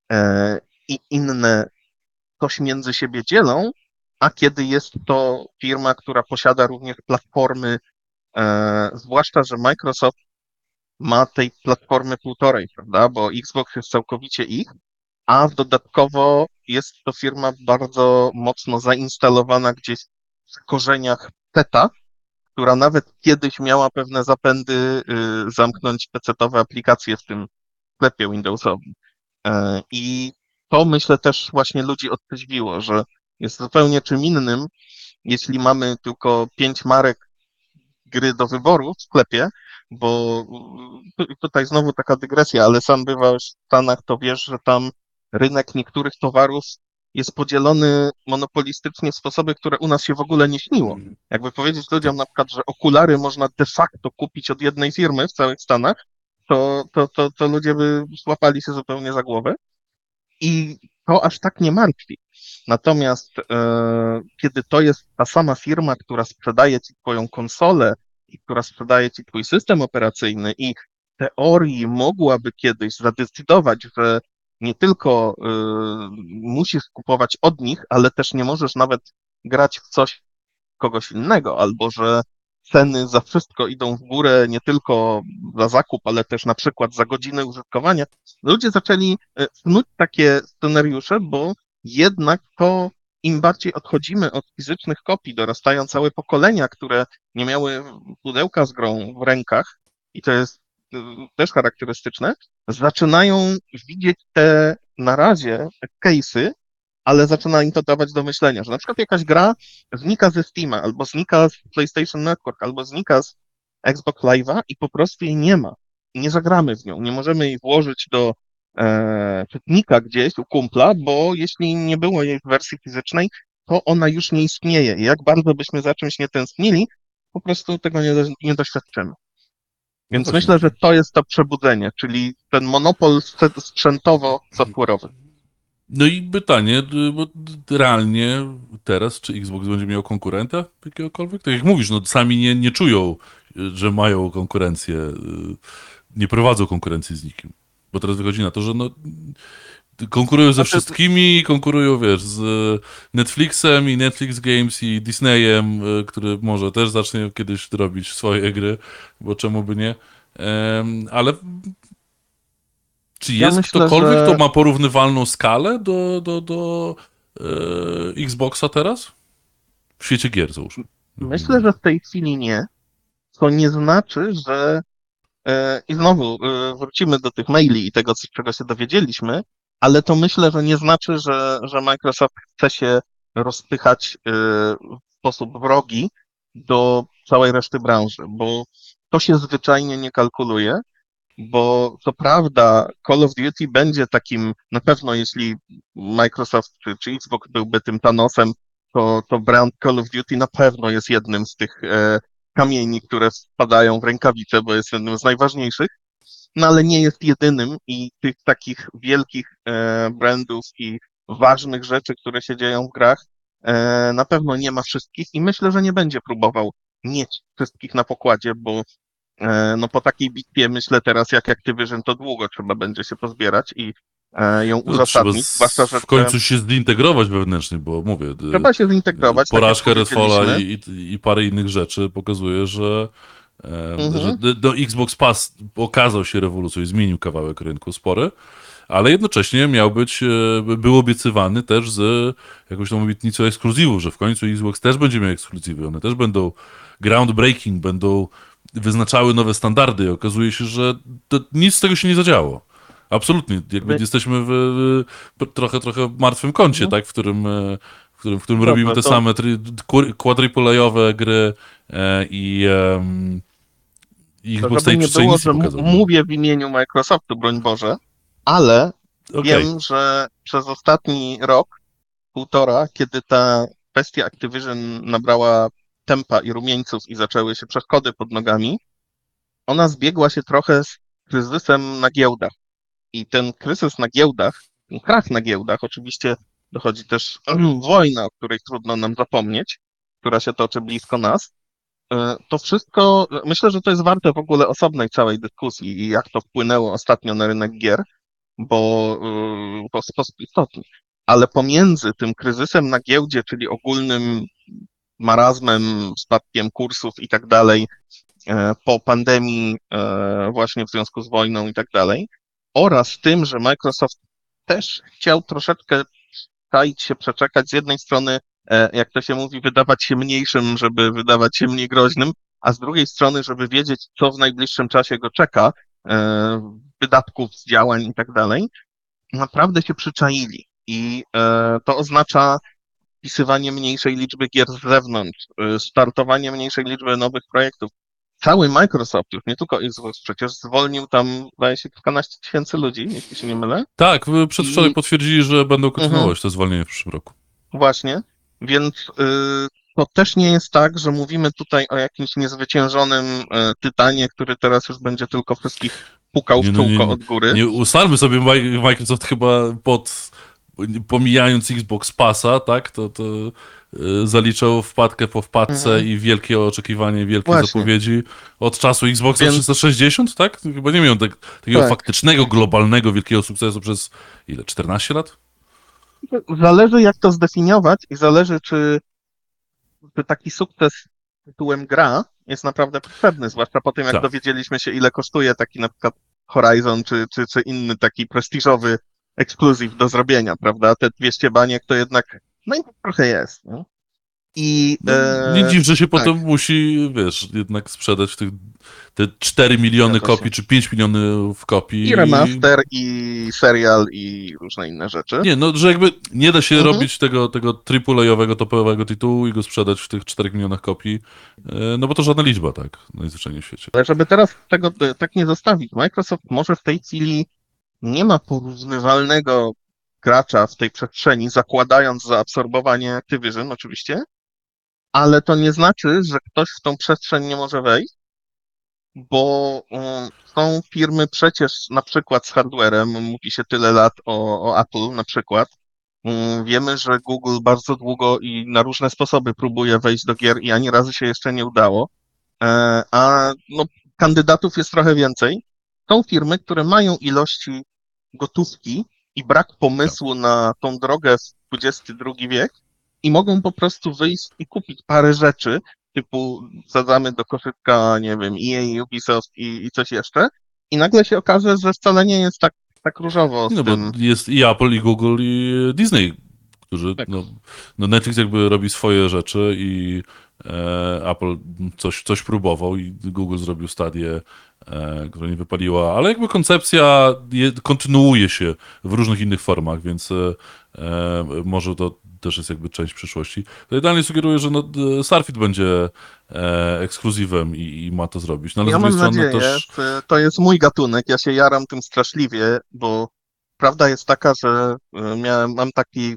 i inne, coś między siebie dzielą, a kiedy jest to firma, która posiada również platformy, zwłaszcza, że Microsoft ma tej platformy półtorej, prawda, bo Xbox jest całkowicie ich, a dodatkowo jest to firma bardzo mocno zainstalowana gdzieś w korzeniach PETA, która nawet kiedyś miała pewne zapędy zamknąć PC-towe aplikacje w tym sklepie Windowsowym. I to myślę też właśnie ludzi odtrzeźwiło, że jest zupełnie czym innym, jeśli mamy tylko 5 marek gry do wyboru w sklepie, bo tutaj znowu taka dygresja, ale sam bywałeś w Stanach, to wiesz, że tam rynek niektórych towarów jest podzielony monopolistycznie w sposoby, które u nas się w ogóle nie śniło. Jakby powiedzieć ludziom na przykład, że okulary można de facto kupić od jednej firmy w całych Stanach, to ludzie by złapali się zupełnie za głowę. I to aż tak nie martwi. Natomiast kiedy to jest ta sama firma, która sprzedaje ci twoją konsolę i która sprzedaje ci twój system operacyjny i w teorii mogłaby kiedyś zadecydować, że nie tylko musisz kupować od nich, ale też nie możesz nawet grać w coś kogoś innego, albo że ceny za wszystko idą w górę nie tylko za zakup, ale też na przykład za godziny użytkowania. Ludzie zaczęli snuć takie scenariusze, bo jednak to im bardziej odchodzimy od fizycznych kopii, dorastają całe pokolenia, które nie miały pudełka z grą w rękach, i to jest też charakterystyczne, zaczynają widzieć te na razie case'y, ale zaczyna im to dawać do myślenia, że na przykład jakaś gra znika ze Steama, albo znika z PlayStation Network, albo znika z Xbox Live'a i po prostu jej nie ma. Nie zagramy w nią, nie możemy jej włożyć do czytnika gdzieś u kumpla, bo jeśli nie było jej w wersji fizycznej, to ona już nie istnieje. I jak bardzo byśmy za czymś nie tęsknili, po prostu tego nie doświadczymy. No Więc właśnie. myślę, że to jest to przebudzenie, czyli ten monopol sprzętowo-software'owy. No i pytanie, bo realnie teraz, czy Xbox będzie miał konkurenta jakiegokolwiek? Tak jak mówisz, no sami nie czują, że mają konkurencję, nie prowadzą konkurencji z nikim. Bo teraz wychodzi na to, że no, konkurują ze Znaczy, wszystkimi, konkurują, wiesz, z Netflixem i Netflix Games i Disneyem, który może też zacznie kiedyś robić swoje gry, bo czemu by nie. Ale czy ja jest myślę, ktokolwiek, kto że ma porównywalną skalę do Xboxa teraz? W świecie gier, załóżmy. myślę, że w tej chwili nie. To nie znaczy, że i znowu wrócimy do tych maili i tego, czego się dowiedzieliśmy, ale to myślę, że nie znaczy, że Microsoft chce się rozpychać w sposób wrogi do całej reszty branży, bo to się zwyczajnie nie kalkuluje, bo co prawda Call of Duty będzie takim, na pewno jeśli Microsoft czy Xbox byłby tym Thanosem, to brand Call of Duty na pewno jest jednym z tych kamieni, które wpadają w rękawice, bo jest jednym z najważniejszych, no ale nie jest jedynym i tych takich wielkich brandów i ważnych rzeczy, które się dzieją w grach, na pewno nie ma wszystkich i myślę, że nie będzie próbował mieć wszystkich na pokładzie, bo no po takiej bitwie myślę teraz jak Activision to długo trzeba będzie się pozbierać i ją No, trzeba uzasadnić, zwłaszcza, że w końcu się zintegrować wewnętrznie, bo mówię, trzeba się zintegrować, tak jak porażka Redfalla powiedzieliśmy. i parę innych rzeczy pokazuje, że Mhm. Xbox Pass okazał się rewolucją i zmienił kawałek rynku spory, ale jednocześnie był obiecywany też z jakąś tą obietnicą ekskluzywów, że w końcu Xbox też będzie miał ekskluzywy, one też będą groundbreaking, będą wyznaczały nowe standardy i okazuje się, że nic z tego się nie zadziało. Absolutnie. Jakby Wy- jesteśmy trochę martwym kącie, mhm. tak? W którym robimy Dobrze, te to same quadruplejowe gry i Xbox żeby tej nie przestrzeni było, nic nie że pokazał. No. mówię w imieniu Microsoftu, broń Boże, ale Okej. wiem, że przez ostatni rok, półtora, kiedy ta kwestia Activision nabrała tempa i rumieńców i zaczęły się przeszkody pod nogami, ona zbiegła się trochę z kryzysem na giełdach. I ten kryzys na giełdach, ten krach na giełdach, oczywiście dochodzi też wojna, o której trudno nam zapomnieć, która się toczy blisko nas. To wszystko, myślę, że to jest warte w ogóle osobnej całej dyskusji i jak to wpłynęło ostatnio na rynek gier, bo w sposób istotny. Ale pomiędzy tym kryzysem na giełdzie, czyli ogólnym marazmem, spadkiem kursów i tak dalej, po pandemii, właśnie w związku z wojną i tak dalej, oraz tym, że Microsoft też chciał troszeczkę czaić się, przeczekać z jednej strony, jak to się mówi, wydawać się mniejszym, żeby wydawać się mniej groźnym, a z drugiej strony, żeby wiedzieć, co w najbliższym czasie go czeka, wydatków, działań i tak dalej, naprawdę się przyczaili. I to oznacza wpisywanie mniejszej liczby gier z zewnątrz, startowanie mniejszej liczby nowych projektów. Cały Microsoft, już nie tylko Xbox, przecież zwolnił tam, zdaje się, kilkanaście tysięcy ludzi, jeśli się nie mylę. Tak, przedwczoraj I potwierdzili, że będą mhm, kontynuować to zwolnienie w przyszłym roku. właśnie, więc to też nie jest tak, że mówimy tutaj o jakimś niezwyciężonym tytanie, który teraz już będzie tylko wszystkich pukał w Nie, no, czółko od góry. nie ustalmy sobie Microsoft chyba pomijając Xbox Passa, tak, to zaliczał wpadkę po wpadce Mhm, i wielkie oczekiwanie, wielkie właśnie, zapowiedzi od czasu Xboxa więc 360, tak? Chyba nie miał takiego tak. faktycznego, globalnego, wielkiego sukcesu przez ile? 14 lat? Zależy jak to zdefiniować i zależy czy taki sukces tytułem gra jest naprawdę potrzebny, zwłaszcza po tym, jak Tak. dowiedzieliśmy się, ile kosztuje taki na przykład Horizon czy inny taki prestiżowy ekskluzyw do zrobienia, prawda? Te 200 baniek to jednak, no i trochę jest, nie? I No, nie dziw, że się tak, potem musi, wiesz, jednak sprzedać te 4 miliony zgadza się. kopii, czy 5 milionów kopii. I remaster, i serial, i różne inne rzeczy. Nie, no, że jakby nie da się Mhm. robić tego AAA-owego, topowego tytułu i go sprzedać w tych 4 milionach kopii, no bo to żadna liczba, tak, najzwyczajniej w świecie. Ale żeby teraz tego tak nie zostawić, Microsoft może w tej chwili nie ma porównywalnego gracza w tej przestrzeni, zakładając zaabsorbowanie Activision oczywiście, ale to nie znaczy, że ktoś w tą przestrzeń nie może wejść, bo są firmy przecież na przykład z hardwarem, mówi się tyle lat o Apple na przykład. Wiemy, że Google bardzo długo i na różne sposoby próbuje wejść do gier i ani razu się jeszcze nie udało. A no, kandydatów jest trochę więcej. Są firmy, które mają ilości gotówki i brak Tak. pomysłu na tą drogę w XXI wiek i mogą po prostu wyjść i kupić parę rzeczy, typu wsadzamy do koszyka, nie wiem, EA, Ubisoft i coś jeszcze i nagle się okaże, że wcale nie jest tak różowo z No bo tym. jest i Apple, i Google, i Disney, którzy, Tak. no Netflix jakby robi swoje rzeczy i Apple coś próbował i Google zrobił Stadię, która nie wypaliła, ale jakby koncepcja kontynuuje się w różnych innych formach, więc może to też jest jakby część przyszłości. To idealnie sugeruję, że no, Starfield będzie ekskluzywem i ma to zrobić. No ale z Ja drugiej mam strony nadzieję, też że to jest mój gatunek, ja się jaram tym straszliwie, bo prawda jest taka, że mam taki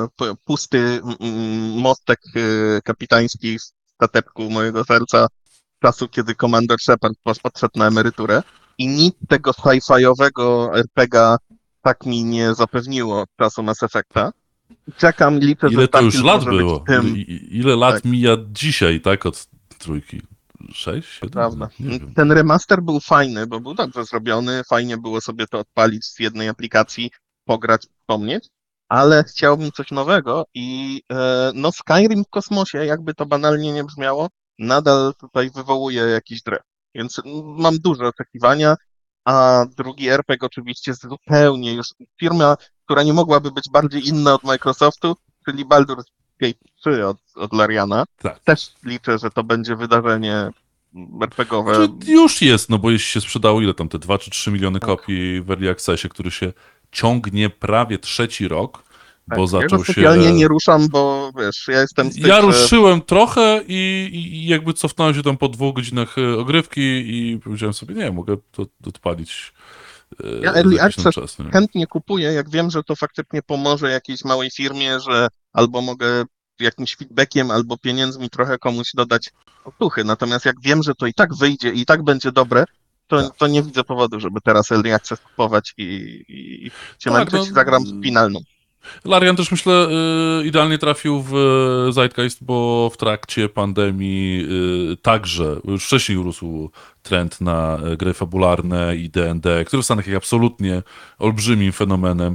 pusty mostek kapitański w stateczku mojego serca czasu, kiedy Commander Shepard odszedł na emeryturę i nic tego sci-fiowego RPG tak mi nie zapewniło od czasu Mass Effecta. Czekam, liczę, że ile to już Starfield lat może być było? tym. Ile Tak. lat mija dzisiaj, tak, od trójki? 6, To 7? prawda. Nie wiem. Ten remaster był fajny, bo był dobrze zrobiony. Fajnie było sobie to odpalić z jednej aplikacji, pograć, wspomnieć, ale chciałbym coś nowego i no Skyrim w kosmosie, jakby to banalnie nie brzmiało, nadal tutaj wywołuje jakiś drew. Więc mam duże oczekiwania, a drugi RPG oczywiście zupełnie już firma, która nie mogłaby być bardziej inna od Microsoftu, czyli Baldur's Gate 3 od Lariana. Tak. Też liczę, że to będzie wydarzenie RPGowe. Znaczy, już jest, no bo jeśli się sprzedało ile tam, te 2 czy 3 miliony Tak, kopii w Early Accessie, który się ciągnie prawie trzeci rok, tak. bo Ja go zaczął się... specjalnie nie ruszam, bo wiesz, ja jestem z tych, Ja że ruszyłem trochę i jakby cofnąłem się tam po 2 godzinach ogrywki i powiedziałem sobie, nie, mogę to odpalić ja za Early jakiś tam Access czas. Nie? chętnie kupuję, jak wiem, że to faktycznie pomoże jakiejś małej firmie, że albo mogę jakimś feedbackiem, albo pieniędzmi trochę komuś dodać otuchy. Natomiast jak wiem, że to i tak wyjdzie i tak będzie dobre, Tak. to nie widzę powodu, żeby teraz Early Access kupować i się Tak, męczyć. no Zagram w finalną. Larian też myślę idealnie trafił w Zeitgeist, bo w trakcie pandemii także już wcześniej urósł trend na gry fabularne i D&D, który w Stanach jest absolutnie olbrzymim fenomenem.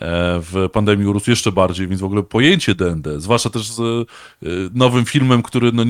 W pandemii urósł jeszcze bardziej, więc w ogóle pojęcie D&D, zwłaszcza też z nowym filmem, który no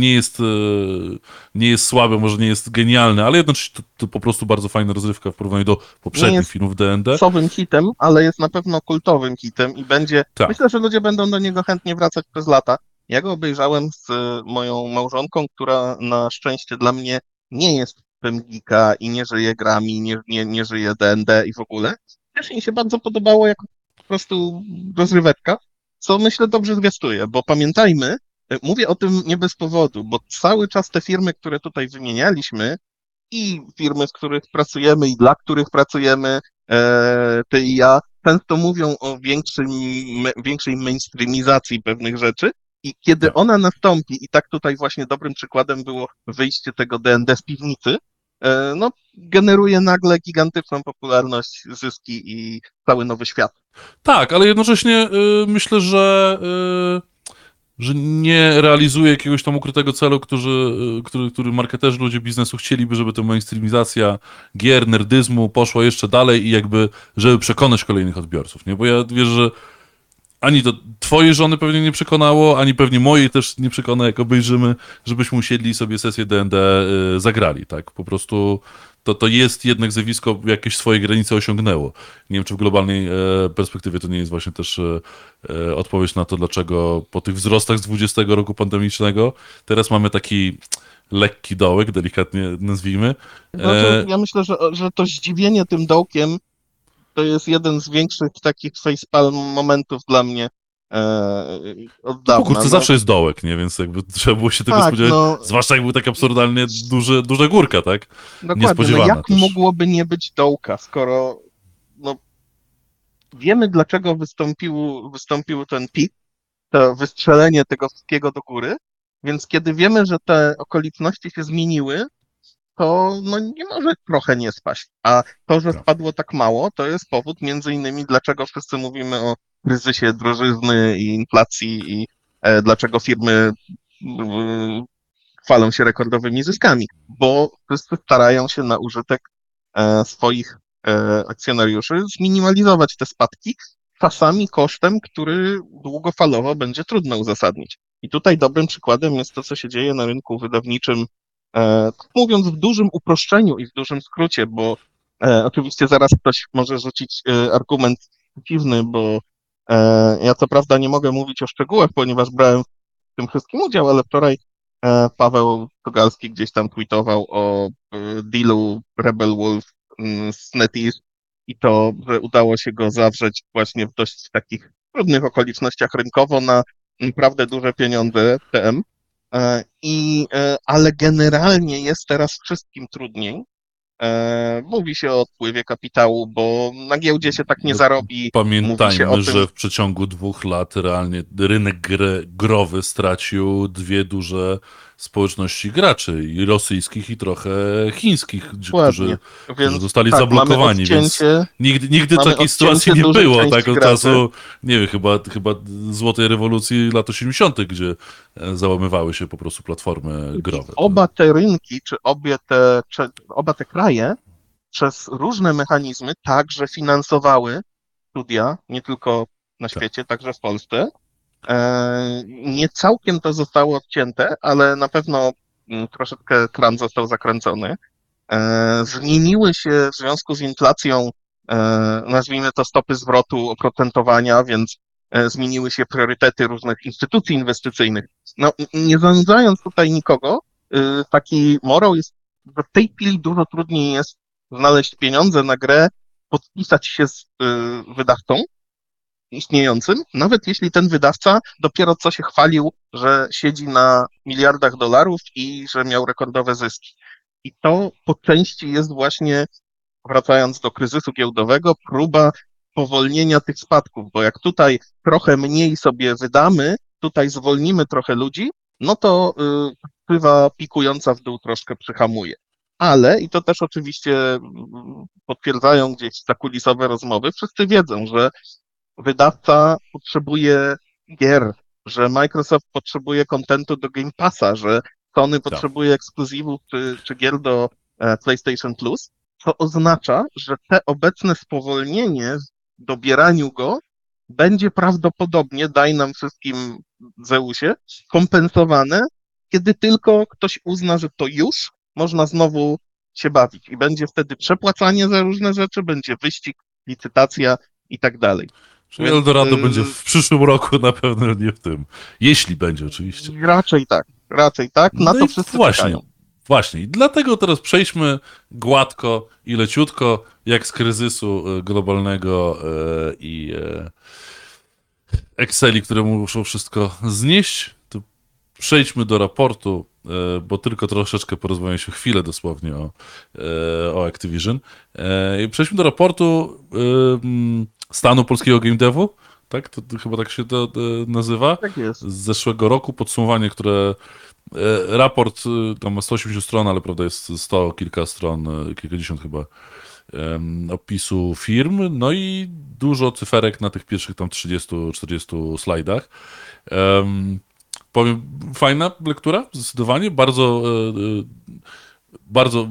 nie jest słaby, może nie jest genialny, ale jednocześnie to po prostu bardzo fajna rozrywka w porównaniu do Nie poprzednich jest filmów D&D. sowym hitem, ale jest na pewno kultowym hitem i będzie. Tak. Myślę, że ludzie będą do niego chętnie wracać przez lata. Ja go obejrzałem z moją małżonką, która na szczęście dla mnie nie jest geeka i nie żyje grami, nie żyje D&D i w ogóle. Też jej się bardzo podobało jako po prostu rozryweczka, co myślę dobrze zwiastuje, bo pamiętajmy, mówię o tym nie bez powodu, bo cały czas te firmy, które tutaj wymienialiśmy, i firmy, w których pracujemy i dla których pracujemy, ty i ja, często mówią o większej mainstreamizacji pewnych rzeczy i kiedy Tak. ona nastąpi, i tak tutaj właśnie dobrym przykładem było wyjście tego D&D z piwnicy, no, generuje nagle gigantyczną popularność, zyski i cały nowy świat. Tak, ale jednocześnie myślę, że nie realizuje jakiegoś tam ukrytego celu, który marketerzy, ludzie biznesu chcieliby, żeby ta mainstreamizacja gier, nerdyzmu poszła jeszcze dalej i jakby, żeby przekonać kolejnych odbiorców, nie? Bo ja wierzę, że ani to twojej żony pewnie nie przekonało, ani pewnie mojej też nie przekona, jak obejrzymy, żebyśmy usiedli i sobie sesję D&D zagrali, tak? Po prostu to jest jednak zjawisko, jakieś swoje granice osiągnęło. Nie wiem, czy w globalnej perspektywie to nie jest właśnie też odpowiedź na to, dlaczego po tych wzrostach z 20 roku pandemicznego teraz mamy taki lekki dołek, delikatnie nazwijmy. Znaczy, ja myślę, że to zdziwienie tym dołkiem to jest jeden z większych takich facepalm momentów dla mnie od To po dawna. górce No, zawsze jest dołek, nie? Więc jakby trzeba było się tego tak, spodziewać. no Zwłaszcza jak był tak absurdalnie duża górka, tak? dokładnie. No Niespodziewana jak też. mogłoby nie być dołka, skoro no, wiemy, dlaczego wystąpił ten pik, to wystrzelenie tego wszystkiego do góry, więc kiedy wiemy, że te okoliczności się zmieniły, to no, nie może trochę nie spaść. A to, że Tak. spadło tak mało, to jest powód między innymi, dlaczego wszyscy mówimy o kryzysie drożyzny i inflacji i dlaczego firmy chwalą się rekordowymi zyskami, bo wszyscy starają się na użytek swoich akcjonariuszy zminimalizować te spadki, czasami kosztem, który długofalowo będzie trudno uzasadnić. I tutaj dobrym przykładem jest to, co się dzieje na rynku wydawniczym, mówiąc w dużym uproszczeniu i w dużym skrócie, bo oczywiście zaraz ktoś może rzucić argument przeciwny, bo ja co prawda nie mogę mówić o szczegółach, ponieważ brałem w tym wszystkim udział, ale wczoraj Paweł Kogalski gdzieś tam tweetował o dealu Rebel Wolf z NetEase i to, że udało się go zawrzeć właśnie w dość takich trudnych okolicznościach rynkowo na naprawdę duże pieniądze TM. Ale generalnie jest teraz wszystkim trudniej. Mówi się o odpływie kapitału, bo na giełdzie się tak nie No, zarobi. Mówi się o pamiętajmy, tym, że w przeciągu 2 lat realnie rynek growy stracił 2 duże społeczności graczy, i rosyjskich, i trochę chińskich, dokładnie. którzy Więc zostali tak, zablokowani, więc nigdy mamy takiej sytuacji odcięcie nie dużej było, części tak, od graczy. czasu, nie wiem, chyba złotej rewolucji lat 80., gdzie załamywały się po prostu platformy growe. Oba te rynki, czy oba te kraje przez różne mechanizmy także finansowały studia, nie tylko na Tak. świecie, także w Polsce. Nie całkiem to zostało odcięte, ale na pewno troszeczkę kran został zakręcony. Zmieniły się w związku z inflacją, nazwijmy to stopy zwrotu oprocentowania, więc zmieniły się priorytety różnych instytucji inwestycyjnych. No, nie zanudzając tutaj nikogo, taki morał jest, że w tej chwili dużo trudniej jest znaleźć pieniądze na grę, podpisać się z wydawcą istniejącym, nawet jeśli ten wydawca dopiero co się chwalił, że siedzi na miliardach dolarów i że miał rekordowe zyski. I to po części jest właśnie, wracając do kryzysu giełdowego, próba powolnienia tych spadków, bo jak tutaj trochę mniej sobie wydamy, tutaj zwolnimy trochę ludzi, no to wpływa pikująca w dół troszkę przyhamuje. Ale, i to też oczywiście potwierdzają gdzieś zakulisowe rozmowy, wszyscy wiedzą, że wydawca potrzebuje gier, że Microsoft potrzebuje kontentu do Game Passa, że Sony Tak. potrzebuje ekskluzywów czy gier do PlayStation Plus, co oznacza, że te obecne spowolnienie w dobieraniu go będzie prawdopodobnie, daj nam wszystkim Zeusie, kompensowane, kiedy tylko ktoś uzna, że to już można znowu się bawić i będzie wtedy przepłacanie za różne rzeczy, będzie wyścig, licytacja i tak dalej. Czyli Więc Eldorado będzie w przyszłym roku, na pewno nie w tym. Jeśli będzie oczywiście. raczej tak, raczej tak. Na No to i wszyscy właśnie, czekają. właśnie. I dlatego teraz przejdźmy gładko i leciutko, jak z kryzysu globalnego i Exceli, które muszą wszystko znieść, to przejdźmy do raportu, bo tylko troszeczkę porozmawialiśmy chwilę dosłownie o Activision. I przejdźmy do raportu stanu polskiego game devu, tak? To chyba tak się to nazywa. Tak jest. Z zeszłego roku, podsumowanie, które raport tam ma 180 stron, ale prawda jest 100 kilka stron, kilkadziesiąt chyba opisu firm, no i dużo cyferek na tych pierwszych tam 30-40 slajdach. Powiem, fajna lektura, zdecydowanie, bardzo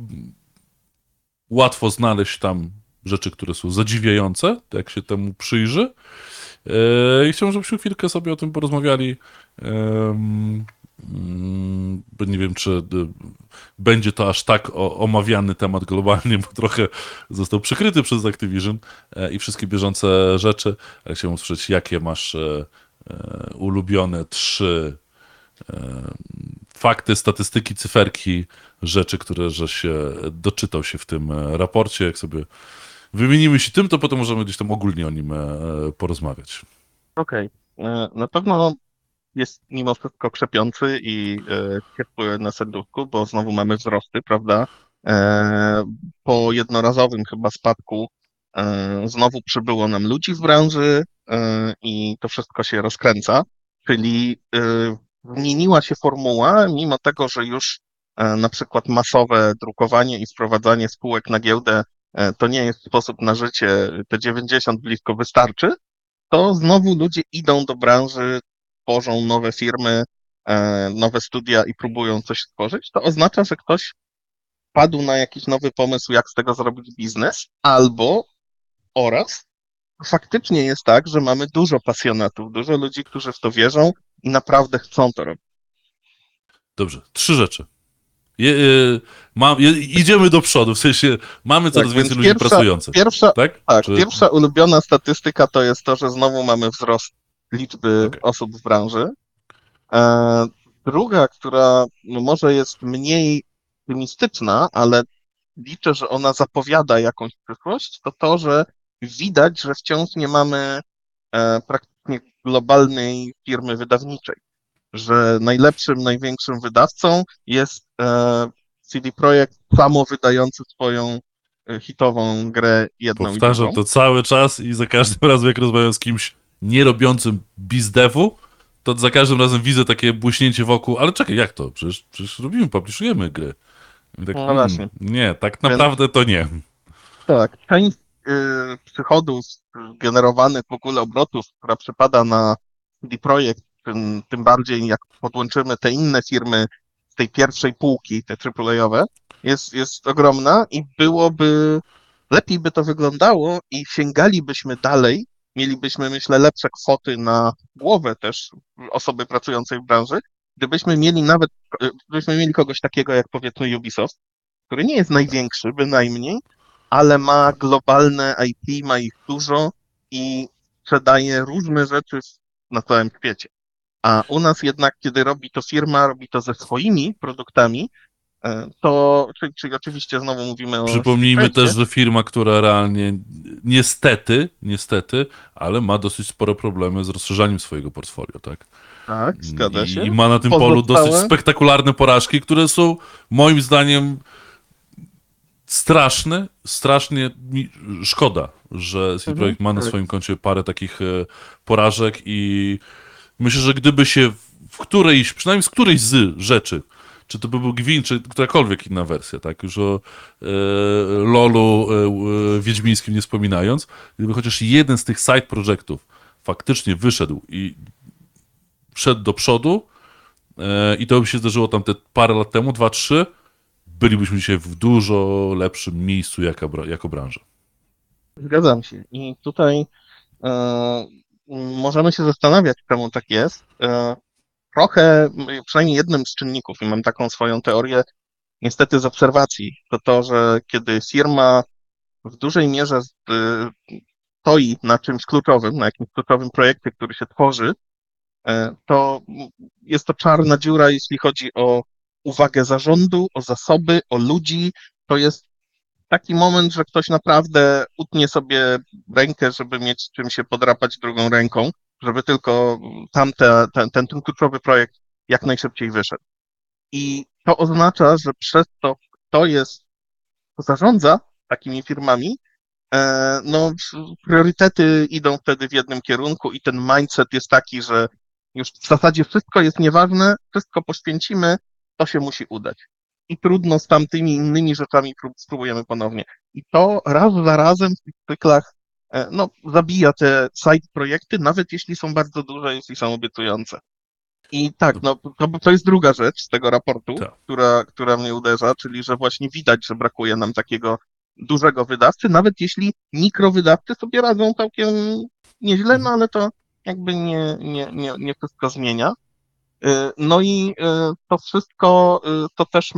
łatwo znaleźć tam rzeczy, które są zadziwiające, jak się temu przyjrzy. I chciałbym, żebyśmy chwilkę sobie o tym porozmawiali. Bo nie wiem, czy będzie to aż tak omawiany temat globalnie, bo trochę został przykryty przez Activision i wszystkie bieżące rzeczy. Ale chciałbym usłyszeć, jakie masz ulubione trzy fakty, statystyki, cyferki, rzeczy, które żeś doczytał się w tym raporcie. Jak sobie wymienimy się tym, to potem możemy gdzieś tam ogólnie o nim porozmawiać. Okej. Na pewno jest mimo wszystko krzepiący i ciepły na serduszku, bo znowu mamy wzrosty, prawda? Po jednorazowym chyba spadku znowu przybyło nam ludzi w branży i to wszystko się rozkręca, czyli zmieniła się formuła, mimo tego, że już na przykład masowe drukowanie i sprowadzanie spółek na giełdę to nie jest sposób na życie, te 90 blisko wystarczy, to znowu ludzie idą do branży, tworzą nowe firmy, nowe studia i próbują coś stworzyć, to oznacza, że ktoś padł na jakiś nowy pomysł, jak z tego zrobić biznes, albo oraz faktycznie jest tak, że mamy dużo pasjonatów, dużo ludzi, którzy w to wierzą i naprawdę chcą to robić. Dobrze, trzy rzeczy. Idziemy do przodu, w sensie mamy Tak, coraz więc więcej ludzi pracujących, tak? Czy... pierwsza ulubiona statystyka to jest to, że znowu mamy wzrost liczby Okej. osób w branży. E, Druga, która no może jest mniej optymistyczna, ale liczę, że ona zapowiada jakąś przyszłość, to to, że widać, że wciąż nie mamy praktycznie globalnej firmy wydawniczej, że najlepszym, największym wydawcą jest CD Projekt samo wydający swoją hitową grę jedną i Powtarzam drugą. to cały czas i za każdym razem, jak rozmawiam z kimś nie robiącym bizdevu, to za każdym razem widzę takie błyśnięcie wokół, ale czekaj, jak to? Przecież robimy, publishujemy gry. I tak, No właśnie, nie, tak więc naprawdę to nie. tak, część przychodów generowanych w ogóle obrotów, która przypada na CD Projekt, tym bardziej jak podłączymy te inne firmy z tej pierwszej półki, te AAA-owe, jest ogromna i lepiej by to wyglądało i sięgalibyśmy dalej, mielibyśmy, myślę, lepsze kwoty na głowę też osoby pracującej w branży, gdybyśmy mieli kogoś takiego jak powiedzmy Ubisoft, który nie jest największy bynajmniej, ale ma globalne IP, ma ich dużo i sprzedaje różne rzeczy na całym świecie. A u nas jednak, kiedy robi to firma, robi to ze swoimi produktami, czyli oczywiście znowu mówimy o CD Przypomnijmy też, Projekcie, że firma, która realnie niestety, ale ma dosyć spore problemy z rozszerzaniem swojego portfolio, tak? tak, zgadza się. I ma na tym polu dosyć Pozostałe, spektakularne porażki, które są moim zdaniem strasznie mi szkoda, że CD Projekt ma na tak, swoim koncie parę takich porażek i myślę, że gdyby się w którejś, przynajmniej z którejś z rzeczy, czy to by był Gwin, czy którakolwiek inna wersja, tak, już o LoLu wiedźmińskim nie wspominając, gdyby chociaż jeden z tych side projektów faktycznie wyszedł i szedł do przodu i to by się zdarzyło tam te parę lat temu, 2, 3, bylibyśmy dzisiaj w dużo lepszym miejscu jako branża. zgadzam się. I tutaj e, możemy się zastanawiać, czemu tak jest. Trochę, przynajmniej jednym z czynników, i mam taką swoją teorię, niestety z obserwacji, to to, że kiedy firma w dużej mierze stoi na czymś kluczowym, na jakimś kluczowym projekcie, który się tworzy, to jest to czarna dziura, jeśli chodzi o uwagę zarządu, o zasoby, o ludzi. To jest taki moment, że ktoś naprawdę utnie sobie rękę, żeby mieć czym się podrapać drugą ręką, żeby tylko ten kluczowy projekt jak najszybciej wyszedł. I to oznacza, że przez to, kto kto zarządza takimi firmami, no, priorytety idą wtedy w jednym kierunku i ten mindset jest taki, że już w zasadzie wszystko jest nieważne, wszystko poświęcimy, to się musi udać. I trudno z tamtymi innymi rzeczami spróbujemy ponownie. I to raz za razem w tych cyklach no, zabija te side projekty, nawet jeśli są bardzo duże, jeśli są obiecujące. I tak, no, to jest druga rzecz z tego raportu, Tak. która mnie uderza, czyli że właśnie widać, że brakuje nam takiego dużego wydawcy, nawet jeśli mikrowydawcy sobie radzą całkiem nieźle, no ale to jakby nie wszystko zmienia. No i to wszystko, to też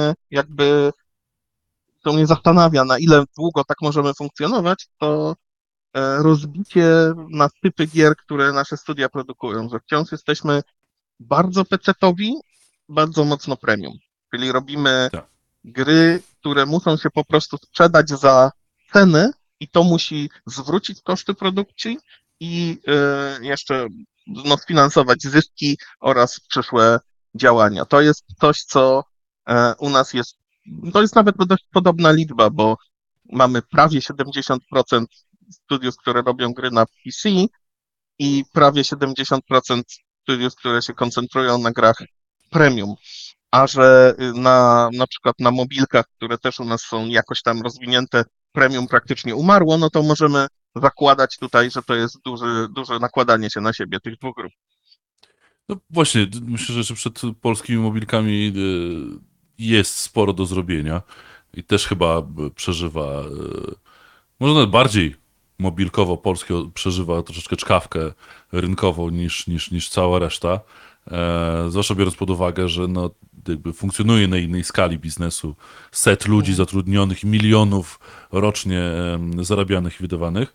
to mnie zastanawia, na ile długo tak możemy funkcjonować, to rozbicie na typy gier, które nasze studia produkują, że wciąż jesteśmy bardzo pecetowi, bardzo mocno premium. Czyli robimy Tak. gry, które muszą się po prostu sprzedać za cenę i to musi zwrócić koszty produkcji i jeszcze no, sfinansować zyski oraz przyszłe działania. To jest coś, co u nas jest, to jest nawet dość podobna liczba, bo mamy prawie 70% studiów, które robią gry na PC i prawie 70% studiów, które się koncentrują na grach premium. A że na przykład na mobilkach, które też u nas są jakoś tam rozwinięte, premium praktycznie umarło, no to możemy zakładać tutaj, że to jest duże nakładanie się na siebie tych dwóch grup. No właśnie, myślę, że przed polskimi mobilkami jest sporo do zrobienia i też chyba przeżywa, może nawet bardziej mobilkowo polskie przeżywa troszeczkę czkawkę rynkową niż cała reszta. Zwłaszcza biorąc pod uwagę, że no, jakby funkcjonuje na innej skali biznesu set ludzi Mhm. zatrudnionych i milionów rocznie zarabianych i wydawanych.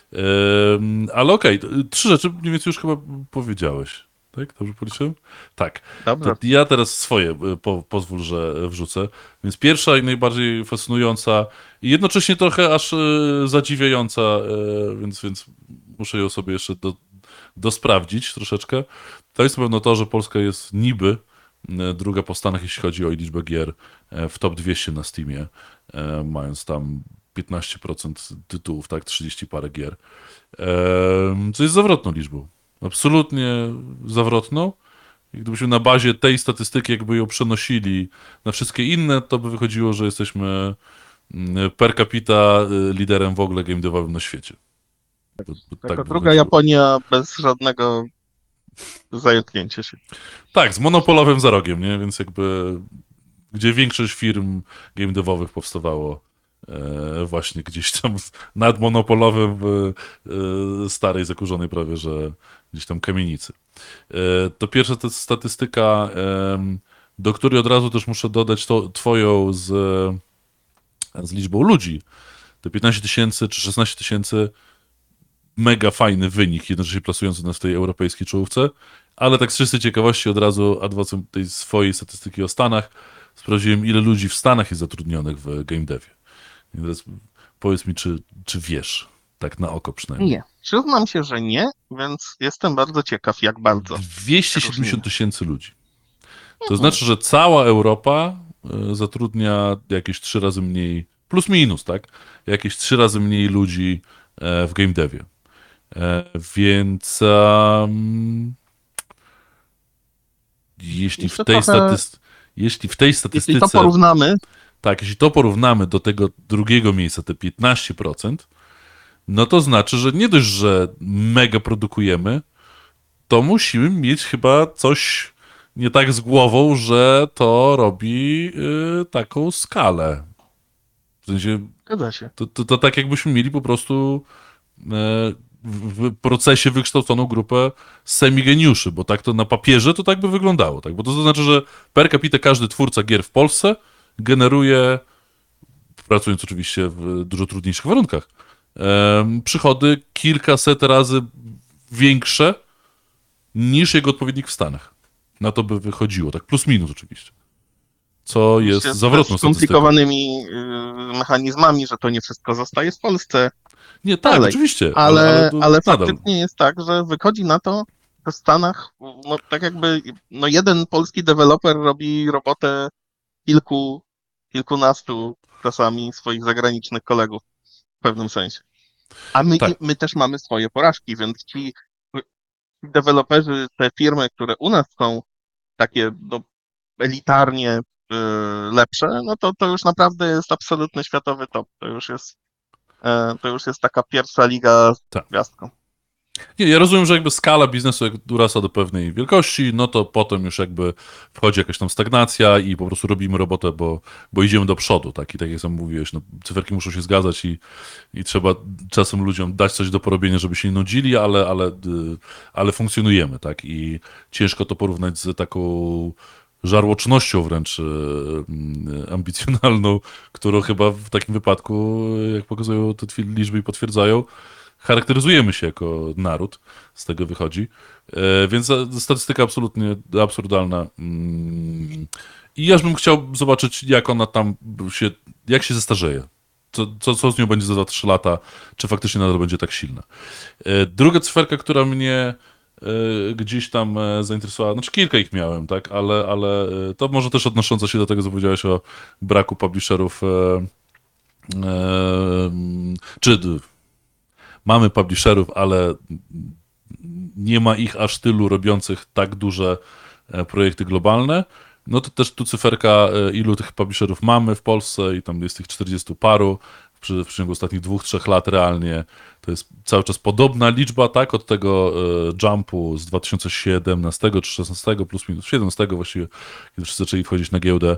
Ale okej, trzy rzeczy mniej więcej już chyba powiedziałeś. Tak? Dobrze policzyłem? Tak. To Dobrze. ja teraz swoje pozwól, że wrzucę. Więc pierwsza i najbardziej fascynująca i jednocześnie trochę aż zadziwiająca, więc muszę ją sobie jeszcze dosprawdzić troszeczkę. To jest na pewno to, że Polska jest niby druga po Stanach, jeśli chodzi o liczbę gier w top 200 na Steamie, mając tam 15% tytułów, tak, 30 parę gier. Co jest zawrotną liczbą. Absolutnie zawrotną. I gdybyśmy na bazie tej statystyki jakby ją przenosili na wszystkie inne, to by wychodziło, że jesteśmy per capita liderem w ogóle game devowym na świecie. Tak Jako by druga wychodziło. Japonia bez żadnego zająknięcia się. Tak, z monopolowym za rogiem, nie? Więc jakby gdzie większość firm game devowych powstawało właśnie gdzieś tam nad monopolowym w starej, zakurzonej prawie, że gdzieś tam kamienicy. To pierwsza to jest statystyka, do której od razu też muszę dodać twoją z liczbą ludzi. Te 15 tysięcy czy 16 tysięcy, mega fajny wynik, jednocześnie plasujący nas w tej europejskiej czołówce, ale tak z czystej ciekawości od razu adwocem tej swojej statystyki o Stanach sprawdziłem, ile ludzi w Stanach jest zatrudnionych w game devie. I teraz powiedz mi, czy wiesz, tak na oko przynajmniej. Nie. Przyznam się, że nie, więc jestem bardzo ciekaw, jak bardzo się 270 różnimy. tysięcy ludzi. To Mhm. znaczy, że cała Europa zatrudnia jakieś 3 razy mniej, plus minus, tak? Jakieś 3 razy mniej ludzi w game devie. Więc jeśli w Jeszcze tej trochę, jeśli w tej jeśli to statystyce, porównamy, tak, jeśli to porównamy do tego drugiego miejsca, te 15%, no to znaczy, że nie dość, że mega produkujemy, to musimy mieć chyba coś nie tak z głową, że to robi taką skalę. W sensie, zgadza się. to tak jakbyśmy mieli po prostu w procesie wykształconą grupę semigeniuszy, bo tak to na papierze to tak by wyglądało, tak? Bo to znaczy, że per capita każdy twórca gier w Polsce generuje, pracując oczywiście w dużo trudniejszych warunkach, przychody kilkaset razy większe niż jego odpowiednik w Stanach. Na to by wychodziło, tak plus minus oczywiście. Co jest Oczywiście ze zawrotną statystyką. skomplikowanymi mechanizmami, że to nie wszystko zostaje w Polsce Nie, tak, dalej. oczywiście, ale to Ale nadal. faktycznie jest tak, że wychodzi na to, że w Stanach, no tak jakby, no jeden polski deweloper robi robotę kilkunastu czasami swoich zagranicznych kolegów w pewnym sensie. A Tak. my też mamy swoje porażki, więc ci deweloperzy, te firmy, które u nas są takie no, elitarnie lepsze, no to już naprawdę jest absolutny światowy top. To już jest taka pierwsza liga z Tak. gwiazdką. Nie, ja rozumiem, że jakby skala biznesu jak urasta do pewnej wielkości, no to potem już jakby wchodzi jakaś tam stagnacja i po prostu robimy robotę, bo idziemy do przodu, tak? I tak jak sam mówiłeś, no, cyferki muszą się zgadzać i trzeba czasem ludziom dać coś do porobienia, żeby się nie nudzili, ale funkcjonujemy, tak? I ciężko to porównać z taką żarłocznością wręcz ambicjonalną, którą chyba w takim wypadku, jak pokazują te liczby i potwierdzają, charakteryzujemy się jako naród, z tego wychodzi. Więc statystyka absolutnie absurdalna. I ja bym chciał zobaczyć, jak ona tam jak się zestarzeje. Co z nią będzie za 2-3 lata, czy faktycznie nadal będzie tak silna. Druga cyferka, która mnie gdzieś tam zainteresowała, znaczy kilka ich miałem, tak, ale to może też odnoszące się do tego, co powiedziałeś o braku publisherów, czy mamy publisherów, ale nie ma ich aż tylu robiących tak duże projekty globalne, no to też tu cyferka, ilu tych publisherów mamy w Polsce i tam jest tych 40 paru w ciągu ostatnich 2-3 lat realnie. To jest cały czas podobna liczba, tak, od tego jumpu z 2017 czy 2016 plus minus 17 właściwie, kiedy wszyscy zaczęli wchodzić na giełdę,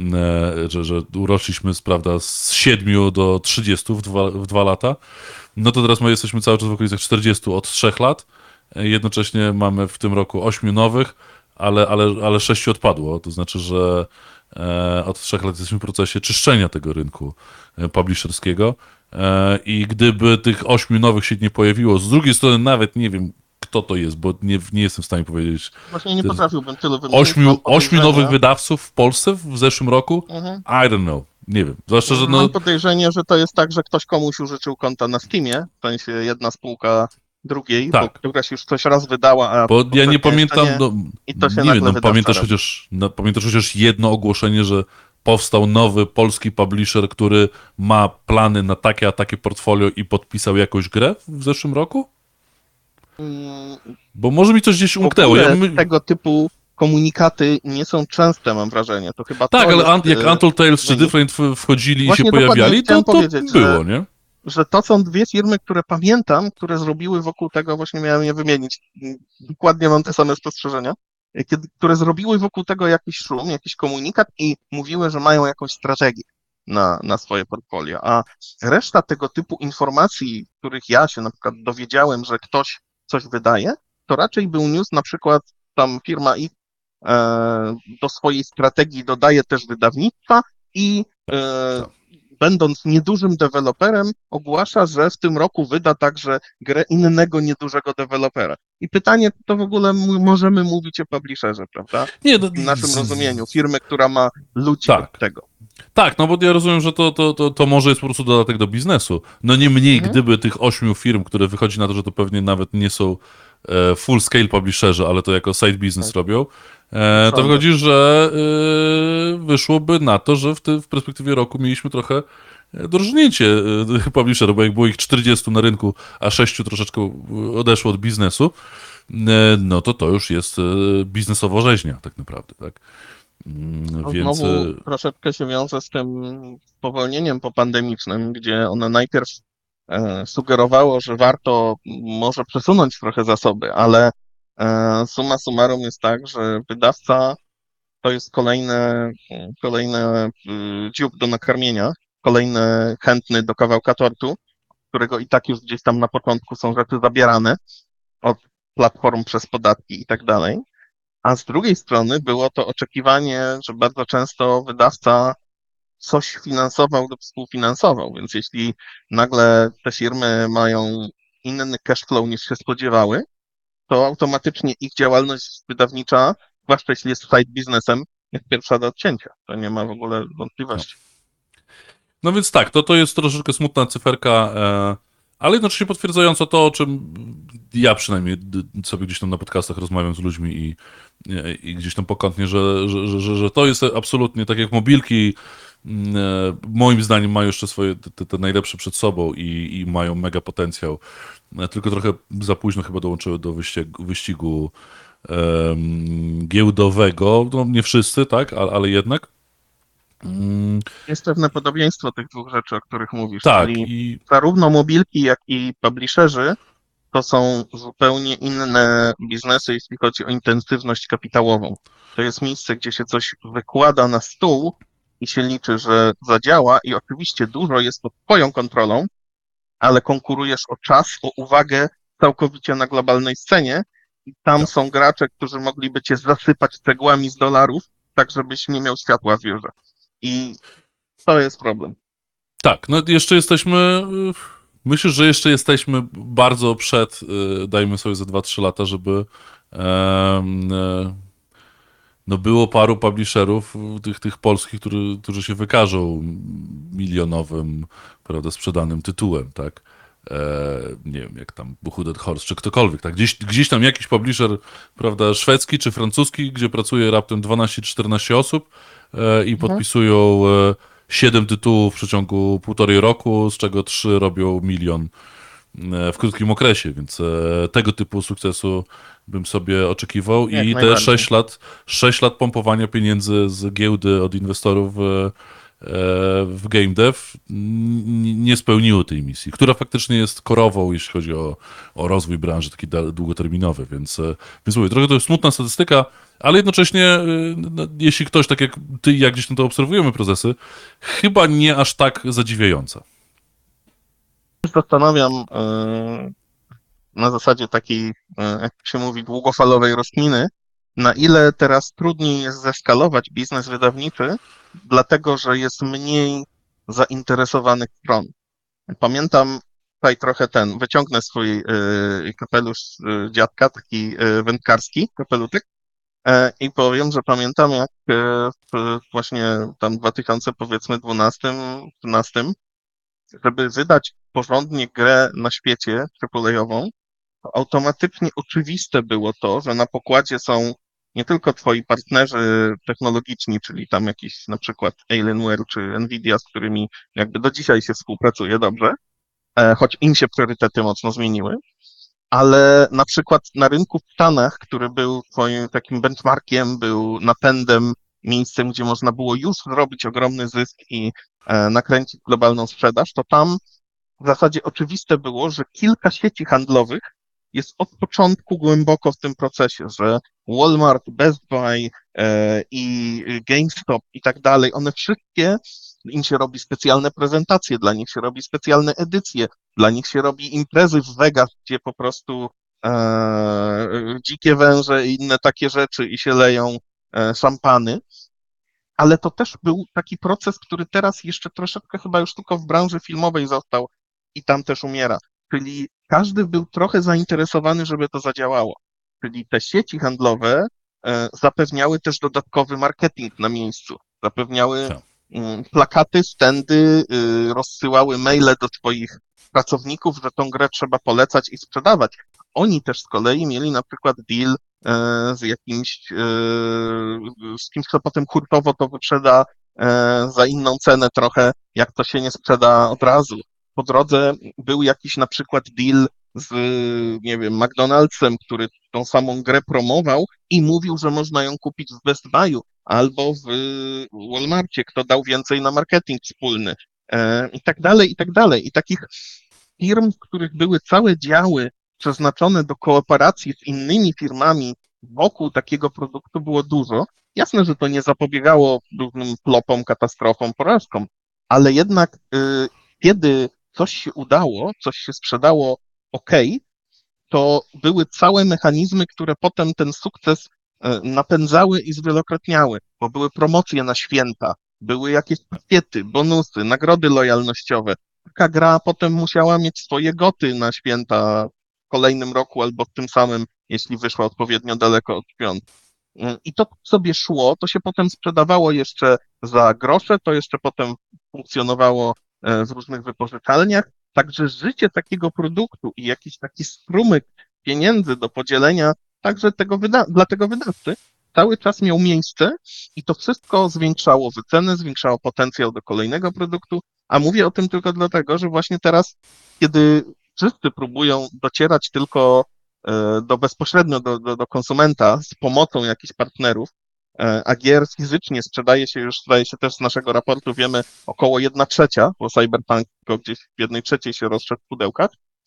że urośliśmy, prawda, z 7 do 30 w 2 lata. No to teraz my jesteśmy cały czas w okolicach 40 od 3 lat. Jednocześnie mamy w tym roku 8 nowych, ale 6 odpadło. To znaczy, że od 3 lat jesteśmy w procesie czyszczenia tego rynku publisherskiego. I gdyby tych 8 nowych się nie pojawiło, z drugiej strony nawet nie wiem, kto to jest, bo nie jestem w stanie powiedzieć. Właśnie nie potrafiłbym tylu wymienić. 8 nowych wydawców w Polsce w zeszłym roku? Mhm. I don't know. Nie wiem. Zwłaszcza, że Mam podejrzenie, że to jest tak, że ktoś komuś użyczył konta na Steamie, w sensie jedna spółka drugiej, bo tak. któraś już coś raz wydała, a Bo ja poprzednia nie pamiętam, jeszcze nie, no, i to się nie nagle wiem, no, wyda pamiętasz chociaż jedno ogłoszenie, że powstał nowy polski publisher, który ma plany na takie a takie portfolio i podpisał jakąś grę w zeszłym roku? Mm, Bo może mi coś gdzieś W umknęło. ogóle tego typu komunikaty nie są częste, mam wrażenie. To chyba Tak, to ale jest, jak Untold Tales czy wynik. Different wchodzili i się Właśnie dokładnie pojawiali, chciałem to powiedzieć, było, nie? że to są dwie firmy, które pamiętam, które zrobiły wokół tego, właśnie miałem je wymienić. Dokładnie mam te same spostrzeżenia. Które zrobiły wokół tego jakiś szum, jakiś komunikat i mówiły, że mają jakąś strategię na swoje portfolio. A reszta tego typu informacji, których ja się na przykład dowiedziałem, że ktoś coś wydaje, to raczej był news, na przykład tam firma X do swojej strategii dodaje też wydawnictwa i Tak. będąc niedużym deweloperem, ogłasza, że w tym roku wyda także grę innego niedużego dewelopera. I pytanie, to w ogóle możemy mówić o publisherze, prawda? Nie, no, W naszym rozumieniu, firmy, która ma ludzi od tak. tego. Tak, no bo ja rozumiem, że to może jest po prostu dodatek do biznesu. No niemniej, Mhm. gdyby tych 8 firm, które wychodzi na to, że to pewnie nawet nie są full scale publisherzy, ale to jako side business Tak. robią, to Sądzę. wychodzi, że wyszłoby na to, że w perspektywie roku mieliśmy trochę drżnięcie publisherów, bo jak było ich 40 na rynku, a 6 troszeczkę odeszło od biznesu, no to już jest biznesowo rzeźnia tak naprawdę, tak? To Więc znowu troszeczkę się wiąże z tym spowolnieniem popandemicznym, gdzie ono najpierw sugerowało, że warto może przesunąć trochę zasoby, ale summa summarum jest tak, że wydawca to jest kolejny dziób do nakarmienia, kolejny chętny do kawałka tortu, którego i tak już gdzieś tam na początku są rzeczy zabierane od platform przez podatki i tak dalej. A z drugiej strony było to oczekiwanie, że bardzo często wydawca coś finansował lub współfinansował, więc jeśli nagle te firmy mają inny cash flow niż się spodziewały, to automatycznie ich działalność wydawnicza, zwłaszcza jeśli jest side biznesem, jest pierwsza do odcięcia. To nie ma w ogóle wątpliwości. No więc tak, to jest troszeczkę smutna cyferka, ale jednocześnie potwierdzająca to, o czym ja przynajmniej sobie gdzieś tam na podcastach rozmawiam z ludźmi i gdzieś tam pokątnie, że to jest absolutnie tak jak mobilki, moim zdaniem mają jeszcze swoje te najlepsze przed sobą i mają mega potencjał. Tylko trochę za późno chyba dołączyły do wyścigu giełdowego. No, nie wszyscy, tak, ale jednak. Jest pewne podobieństwo tych dwóch rzeczy, o których mówisz, Tak, czyli i zarówno mobilki, jak i publisherzy to są zupełnie inne biznesy, jeśli chodzi o intensywność kapitałową. To jest miejsce, gdzie się coś wykłada na stół i się liczy, że zadziała i oczywiście dużo jest pod twoją kontrolą, ale konkurujesz o czas, o uwagę całkowicie na globalnej scenie i tam Tak. są gracze, którzy mogliby cię zasypać cegłami z dolarów, tak żebyś nie miał światła w biurze. I to jest problem. Tak, no jeszcze jesteśmy, myślę, że jeszcze jesteśmy bardzo przed, dajmy sobie ze 2-3 lata, żeby no było paru publisherów, tych polskich, którzy się wykażą milionowym, prawda, sprzedanym tytułem, tak? Nie wiem, jak tam Hooded Horse, czy ktokolwiek, tak? Gdzieś tam jakiś publisher, prawda, szwedzki czy francuski, gdzie pracuje raptem 12-14 osób i Mhm. podpisują 7 tytułów w przeciągu 1,5 roku, z czego 3 robią milion w krótkim okresie, więc tego typu sukcesu bym sobie oczekiwał Jak i te najbardziej. 6 lat pompowania pieniędzy z giełdy od inwestorów w game dev nie spełniło tej misji, która faktycznie jest korową, jeśli chodzi o rozwój branży taki długoterminowy, więc mówię, trochę to jest smutna statystyka, ale jednocześnie no, jeśli ktoś, tak jak ty i ja gdzieś tam to obserwujemy procesy, chyba nie aż tak zadziwiająca. Zastanawiam na zasadzie takiej, jak się mówi, długofalowej rozkminy, na ile teraz trudniej jest zeskalować biznes wydawniczy, dlatego że jest mniej zainteresowanych stron. Pamiętam tutaj trochę wyciągnę swój kapelusz dziadka, taki wędkarski kapelutek, i powiem, że pamiętam jak właśnie tam 2000 powiedzmy 12-13, żeby wydać porządnie grę na świecie AAA-ową, to automatycznie oczywiste było to, że na pokładzie są nie tylko twoi partnerzy technologiczni, czyli tam jakiś na przykład Alienware czy Nvidia, z którymi jakby do dzisiaj się współpracuje dobrze, choć im się priorytety mocno zmieniły, ale na przykład na rynku w Stanach, który był twoim takim benchmarkiem, był napędem, miejscem, gdzie można było już zrobić ogromny zysk i nakręcić globalną sprzedaż, to tam w zasadzie oczywiste było, że kilka sieci handlowych jest od początku głęboko w tym procesie, że Walmart, Best Buy i GameStop i tak dalej, one wszystkie, im się robi specjalne prezentacje, dla nich się robi specjalne edycje, dla nich się robi imprezy w Vegas, gdzie po prostu dzikie węże i inne takie rzeczy i się leją szampany, ale to też był taki proces, który teraz jeszcze troszeczkę chyba już tylko w branży filmowej został i tam też umiera. Czyli każdy był trochę zainteresowany, żeby to zadziałało. Czyli te sieci handlowe zapewniały też dodatkowy marketing na miejscu. Zapewniały Tak. plakaty, standy, rozsyłały maile do swoich pracowników, że tą grę trzeba polecać i sprzedawać. Oni też z kolei mieli na przykład deal z jakimś, z kimś, kto potem hurtowo to wyprzeda za inną cenę trochę, jak to się nie sprzeda od razu. Po drodze był jakiś na przykład deal z, nie wiem, McDonald'sem, który tą samą grę promował i mówił, że można ją kupić w Best Buyu albo w Walmarcie, kto dał więcej na marketing wspólny i tak dalej, i tak dalej. I takich firm, w których były całe działy przeznaczone do kooperacji z innymi firmami wokół takiego produktu było dużo. Jasne, że to nie zapobiegało różnym flopom, katastrofom, porażkom, ale jednak kiedy coś się udało, coś się sprzedało ok, to były całe mechanizmy, które potem ten sukces napędzały i zwielokrotniały, bo były promocje na święta, były jakieś pakiety, bonusy, nagrody lojalnościowe. Taka gra potem musiała mieć swoje goty na święta w kolejnym roku albo w tym samym, jeśli wyszła odpowiednio daleko od świąt. I to sobie szło, to się potem sprzedawało jeszcze za grosze, to jeszcze potem funkcjonowało w różnych wypożyczalniach. Także życie takiego produktu i jakiś taki strumyk pieniędzy do podzielenia także dla tego wydawcy cały czas miał miejsce i to wszystko zwiększało wycenę, zwiększało potencjał do kolejnego produktu, a mówię o tym tylko dlatego, że właśnie teraz, kiedy wszyscy próbują docierać tylko bezpośrednio do konsumenta z pomocą jakichś partnerów, a gier fizycznie sprzedaje się już, zdaje się też z naszego raportu, wiemy około 1/3, bo Cyberpunk tylko gdzieś w 1/3 się rozszedł w pudełkach,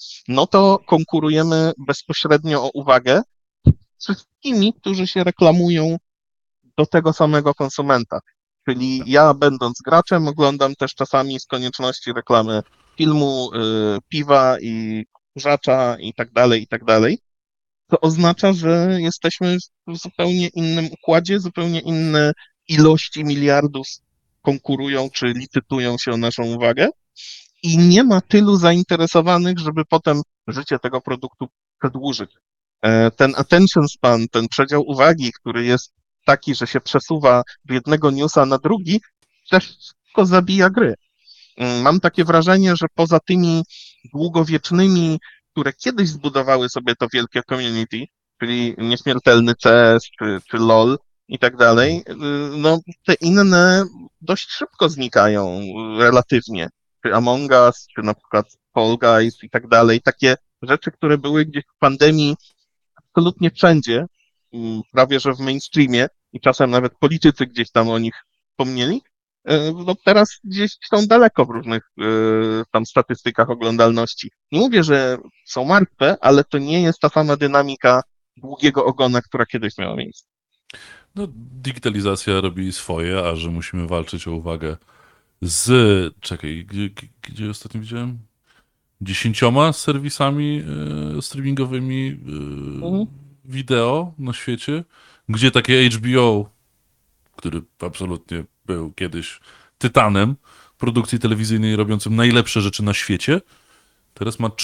no to konkurujemy bezpośrednio o uwagę z wszystkimi, którzy się reklamują do tego samego konsumenta. Czyli ja, będąc graczem, oglądam też czasami z konieczności reklamy filmu, piwa i grzacza i tak dalej. To oznacza, że jesteśmy w zupełnie innym układzie, zupełnie inne ilości miliardów konkurują czy licytują się o naszą uwagę i nie ma tylu zainteresowanych, żeby potem życie tego produktu przedłużyć. Ten attention span, ten przedział uwagi, który jest taki, że się przesuwa z jednego newsa na drugi, też wszystko zabija gry. Mam takie wrażenie, że poza tymi długowiecznymi, które kiedyś zbudowały sobie to wielkie community, czyli nieśmiertelny CS czy LOL i tak dalej, no te inne dość szybko znikają relatywnie. Czy Among Us, czy na przykład Fall Guys i tak dalej. Takie rzeczy, które były gdzieś w pandemii absolutnie wszędzie, prawie że w mainstreamie i czasem nawet politycy gdzieś tam o nich wspomnieli, no teraz gdzieś są daleko w różnych tam statystykach oglądalności. Nie mówię, że są martwe, ale to nie jest ta sama dynamika długiego ogona, która kiedyś miała miejsce. No, digitalizacja robi swoje, a że musimy walczyć o uwagę czekaj, gdzie ostatnio widziałem? 10 serwisami streamingowymi Mhm. wideo na świecie, gdzie takie HBO, który absolutnie był kiedyś tytanem produkcji telewizyjnej robiącym najlepsze rzeczy na świecie, teraz ma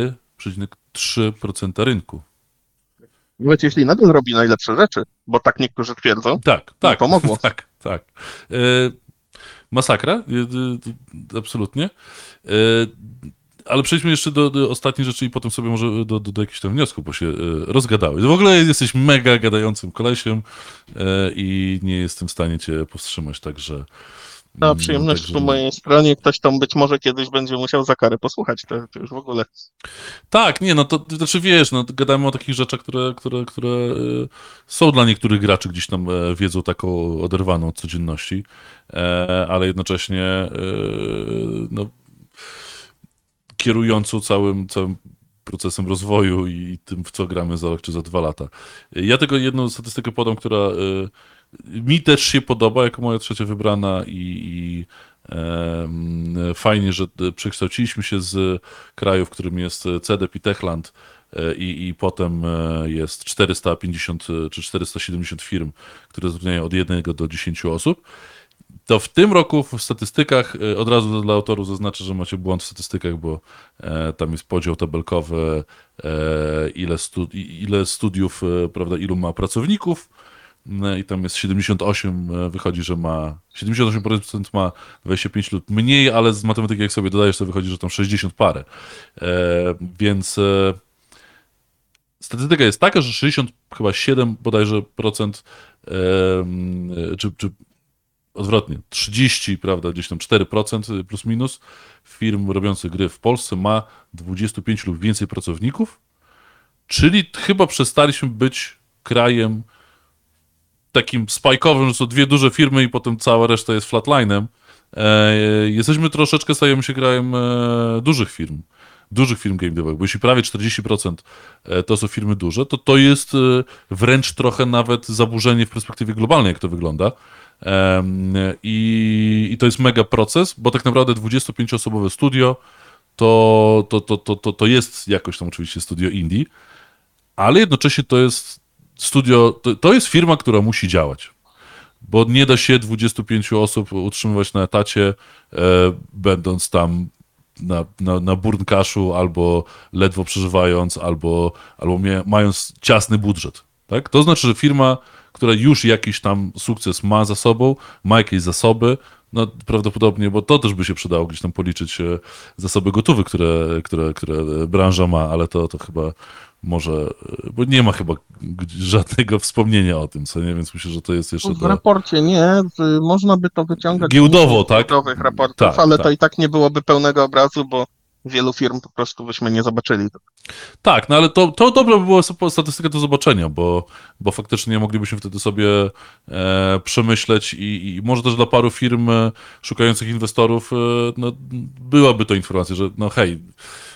4,3% rynku. Nawet jeśli nadal robi najlepsze rzeczy, bo tak niektórzy twierdzą, Tak, nie tak, pomogło. tak, tak. E, Masakra, absolutnie. Ale przejdźmy jeszcze do ostatniej rzeczy i potem sobie może do jakichś tam wniosków, bo się rozgadałeś. W ogóle jesteś mega gadającym kolesiem i nie jestem w stanie cię powstrzymać, także... Ta przyjemność po mojej stronie, ktoś tam być może kiedyś będzie musiał za karę posłuchać, to już w ogóle. Tak, nie, no to znaczy wiesz, no gadamy o takich rzeczach, które są dla niektórych graczy gdzieś tam wiedzą taką oderwaną od codzienności, ale jednocześnie no, kierującą całym procesem rozwoju i tym, w co gramy za rok czy za 2 lata. Ja tylko jedną statystykę podam, która mi też się podoba, jako moja trzecia wybrana i fajnie, że przekształciliśmy się z kraju, w którym jest CDEP i Techland i potem jest 450 czy 470 firm, które zatrudniają od 1 do 10 osób. To w tym roku w statystykach, od razu dla autorów zaznaczę, że macie błąd w statystykach, bo tam jest podział tabelkowy, ile studiów, prawda, ilu ma pracowników, i tam jest 78, wychodzi, że ma 78% ma 25 lub mniej, ale z matematyki jak sobie dodajesz, to wychodzi, że tam 60 parę. Więc statystyka jest taka, że 60 chyba 7 bodajże procent czy odwrotnie, 30, prawda, gdzieś tam 4% plus minus firm robiących gry w Polsce ma 25 lub więcej pracowników, czyli chyba przestaliśmy być krajem takim spajkowym, że są dwie duże firmy i potem cała reszta jest flatlinem. Jesteśmy troszeczkę, stajemy się krajem dużych firm game devowych, bo jeśli prawie 40% to są firmy duże, to jest wręcz trochę nawet zaburzenie w perspektywie globalnej, jak to wygląda. I to jest mega proces, bo tak naprawdę 25-osobowe studio to jest jakoś tam oczywiście studio indie, ale jednocześnie to jest studio, to jest firma, która musi działać. Bo nie da się 25 osób utrzymywać na etacie, będąc tam na burnkaszu, albo ledwo przeżywając, albo mając ciasny budżet. Tak? To znaczy, że firma, która już jakiś tam sukces ma za sobą, ma jakieś zasoby, no prawdopodobnie, bo to też by się przydało gdzieś tam policzyć zasoby gotowe, które branża ma, ale to chyba może, bo nie ma chyba żadnego wspomnienia o tym, co nie, więc myślę, że to jest jeszcze W raporcie nie, można by to wyciągać giełdowo, z tak? giełdowych raportów, Tak, ale tak. to i tak nie byłoby pełnego obrazu, bo wielu firm po prostu byśmy nie zobaczyli. Tak, no ale to dobra by była statystyka do zobaczenia, bo faktycznie moglibyśmy wtedy sobie przemyśleć i może też dla paru firm szukających inwestorów no, byłaby to informacja, że no hej,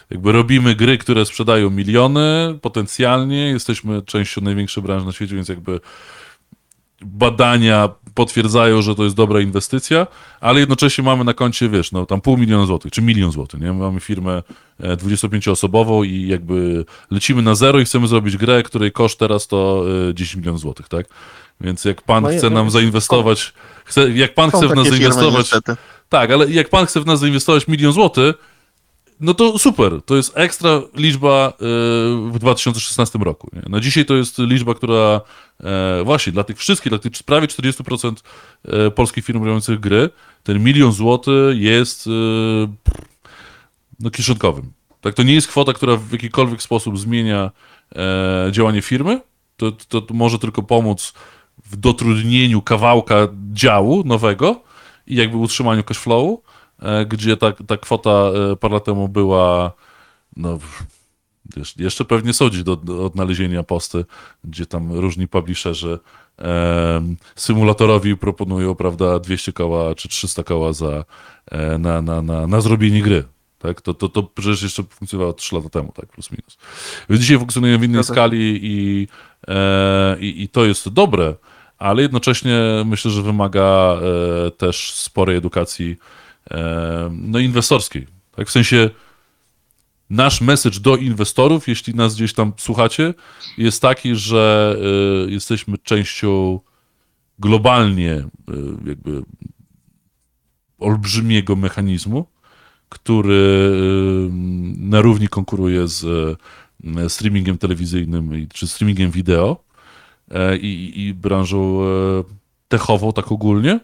jakby robimy gry, które sprzedają miliony potencjalnie, jesteśmy częścią największej branży na świecie, więc jakby badania potwierdzają, że to jest dobra inwestycja, ale jednocześnie mamy na koncie, wiesz, no tam 500 000 złotych, czy 1 000 000 złotych, nie? Mamy firmę 25-osobową i jakby lecimy na zero i chcemy zrobić grę, której koszt teraz to 10 milionów złotych, tak? Więc jak pan No chce nam zainwestować, jak pan Są chce w nas takie firmy, zainwestować, niestety. tak, ale jak pan chce w nas zainwestować 1 000 000 złotych, no to super, to jest ekstra liczba w 2016 roku. Nie? Na dzisiaj to jest liczba, która właśnie dla tych wszystkich, dla tych prawie 40% polskich firm robiących gry, ten 1 000 000 złotych jest no, kieszonkowym. Tak, to nie jest kwota, która w jakikolwiek sposób zmienia działanie firmy, to może tylko pomóc w dotrudnieniu kawałka działu nowego i jakby utrzymaniu cashflowu, gdzie ta kwota parę lat temu była, no jeszcze pewnie są gdzieś do odnalezienia posty, gdzie tam różni publisherzy symulatorowi proponują, prawda, 200 koła czy 300 koła na zrobienie gry. Tak? To przecież jeszcze funkcjonowało 3 lata temu, tak, plus minus. Więc dzisiaj funkcjonuje w innej skali i to jest dobre, ale jednocześnie myślę, że wymaga też sporej edukacji no, inwestorskiej. Tak? W sensie nasz message do inwestorów, jeśli nas gdzieś tam słuchacie, jest taki, że jesteśmy częścią globalnie jakby olbrzymiego mechanizmu, który na równi konkuruje z streamingiem telewizyjnym czy streamingiem wideo i branżą techową tak ogólnie.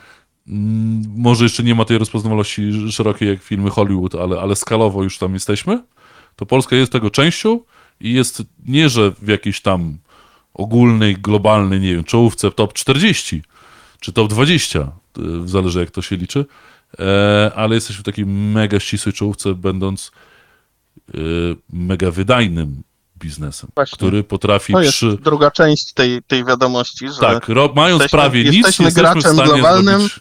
Może jeszcze nie ma tej rozpoznawalności szerokiej jak filmy Hollywood, ale skalowo już tam jesteśmy. To Polska jest tego częścią i jest nie, że w jakiejś tam ogólnej, globalnej, nie wiem, czołówce top 40 czy top 20, zależy jak to się liczy, ale jesteśmy w takiej mega ścisłej czołówce, będąc mega wydajnym biznesem, Właśnie. który potrafi To jest druga część tej wiadomości, że tak, mając prawie nic, jesteśmy jesteśmy w graczem stanie globalnym zrobić...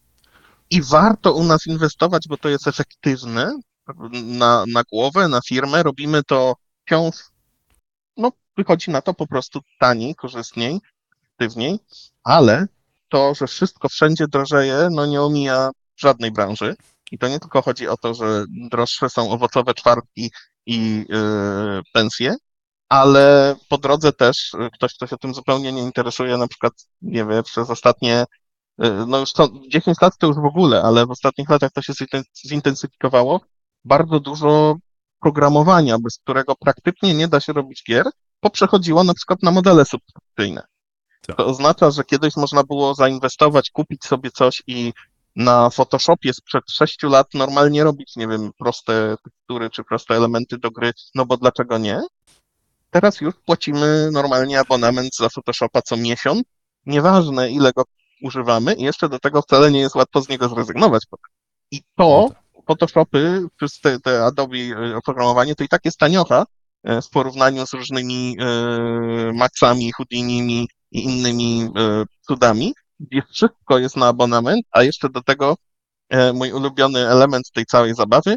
i warto u nas inwestować, bo to jest efektywne na głowę, na firmę. Robimy to wciąż, no wychodzi na to po prostu taniej, korzystniej, efektywniej, ale to, że wszystko wszędzie drożeje, no nie omija żadnej branży. I to nie tylko chodzi o to, że droższe są owocowe czwartki i pensje, ale po drodze też ktoś, kto się tym zupełnie nie interesuje, na przykład, nie wiem, przez ostatnie, no już to 10 lat to już w ogóle, ale w ostatnich latach to się zintensyfikowało, bardzo dużo programowania, bez którego praktycznie nie da się robić gier, poprzechodziło na przykład na modele subskrypcyjne. Tak. To oznacza, że kiedyś można było zainwestować, kupić sobie coś i na Photoshopie sprzed 6 lat normalnie robić, nie wiem, proste tekstury czy proste elementy do gry, no bo dlaczego nie? Teraz już płacimy normalnie abonament za Photoshopa co miesiąc, nieważne ile go używamy i jeszcze do tego wcale nie jest łatwo z niego zrezygnować. I to Photoshopy, plus te Adobe oprogramowanie, to i tak jest taniocha w porównaniu z różnymi Maxami, Houdinimi i innymi cudami, gdzie wszystko jest na abonament, a jeszcze do tego mój ulubiony element tej całej zabawy.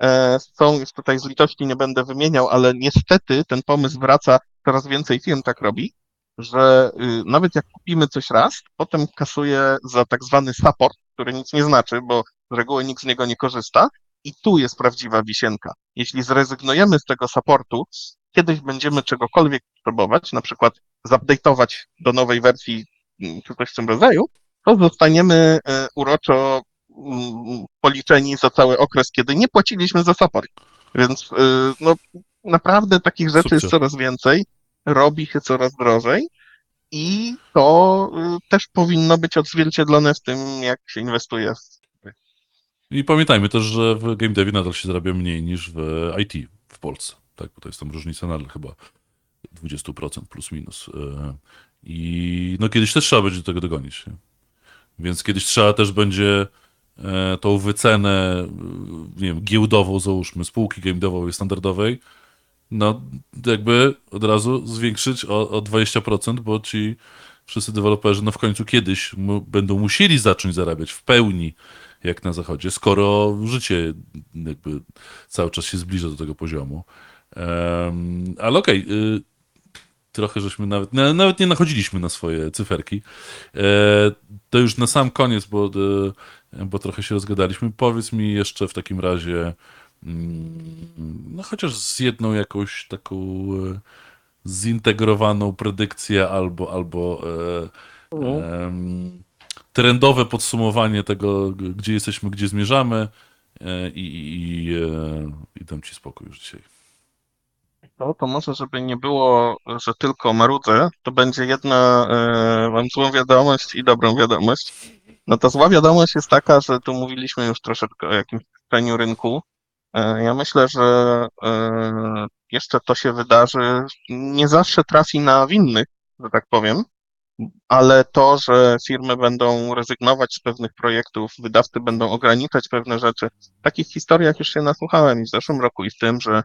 Są już tutaj z litości nie będę wymieniał, ale niestety ten pomysł wraca, coraz więcej firm tak robi, że nawet jak kupimy coś raz, potem kasuje za tak zwany support, który nic nie znaczy, bo z reguły nikt z niego nie korzysta. I tu jest prawdziwa wisienka. Jeśli zrezygnujemy z tego supportu, kiedyś będziemy czegokolwiek potrzebować, na przykład zupdate'ować do nowej wersji czy coś w tym rodzaju, to zostaniemy uroczo policzeni za cały okres, kiedy nie płaciliśmy za support. Więc no, naprawdę takich rzeczy jest coraz więcej, robi się coraz drożej i to też powinno być odzwierciedlone w tym, jak się inwestuje. I pamiętajmy też, że w game devie nadal się zarabia mniej niż w IT w Polsce. Tak, bo to jest tam różnica nadal chyba 20% plus minus. I no kiedyś też trzeba będzie do tego dogonić. Nie? Więc kiedyś trzeba też będzie tą wycenę, nie wiem, giełdową, załóżmy, spółki game devowej standardowej, no jakby od razu zwiększyć o 20%, bo ci wszyscy deweloperzy no w końcu kiedyś będą musieli zacząć zarabiać w pełni jak na zachodzie, skoro życie jakby cały czas się zbliża do tego poziomu. Ale okej, trochę żeśmy nawet nie nachodziliśmy na swoje cyferki. E, To już na sam koniec, bo trochę się rozgadaliśmy. Powiedz mi jeszcze w takim razie, no chociaż z jedną jakąś taką zintegrowaną predykcję albo Mhm. trendowe podsumowanie tego, gdzie jesteśmy, gdzie zmierzamy i dam ci spokój już dzisiaj. To może, żeby nie było, że tylko marudzę, to będzie jedna, mam złą wiadomość i dobrą wiadomość. No to zła wiadomość jest taka, że tu mówiliśmy już troszeczkę o jakimś kręgu rynku. Ja myślę, że jeszcze to się wydarzy. Nie zawsze trafi na winnych, że tak powiem, ale to, że firmy będą rezygnować z pewnych projektów, wydawcy będą ograniczać pewne rzeczy. W takich historiach już się nasłuchałem i w zeszłym roku, i w tym, że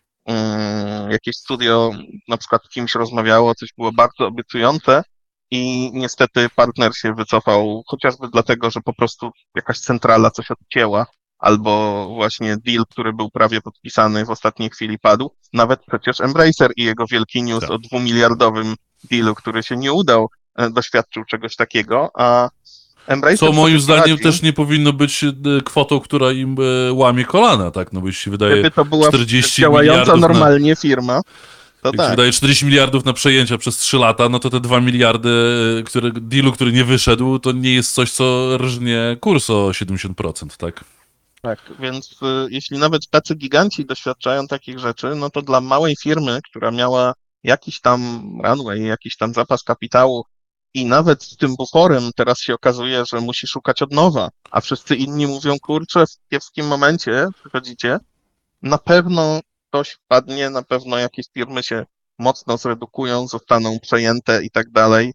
jakieś studio na przykład z kimś rozmawiało, coś było bardzo obiecujące i niestety partner się wycofał, chociażby dlatego, że po prostu jakaś centrala coś odcięła, albo właśnie deal, który był prawie podpisany w ostatniej chwili padł. Nawet przecież Embracer i jego wielki news Tak. o 2 miliardowym dealu, który się nie udał, doświadczył czegoś takiego, a Co Embracer sobie moim zdaniem poradzi. też nie powinno być kwotą, która im łamie kolana, tak? No bo jeśli się wydaje Gdyby to była 40 działająca miliardów na, normalnie firma, to jak się tak. wydaje 40 miliardów na przejęcia przez 3 lata, no to te 2 miliardy dealu, który nie wyszedł, to nie jest coś, co rżnie kurs o 70%, tak? Tak, więc jeśli nawet tacy giganci doświadczają takich rzeczy, no to dla małej firmy, która miała jakiś tam runway, jakiś tam zapas kapitału i nawet z tym buforem teraz się okazuje, że musi szukać od nowa, a wszyscy inni mówią, kurczę, w kiepskim momencie przychodzicie, na pewno ktoś wpadnie, na pewno jakieś firmy się mocno zredukują, zostaną przejęte i tak dalej.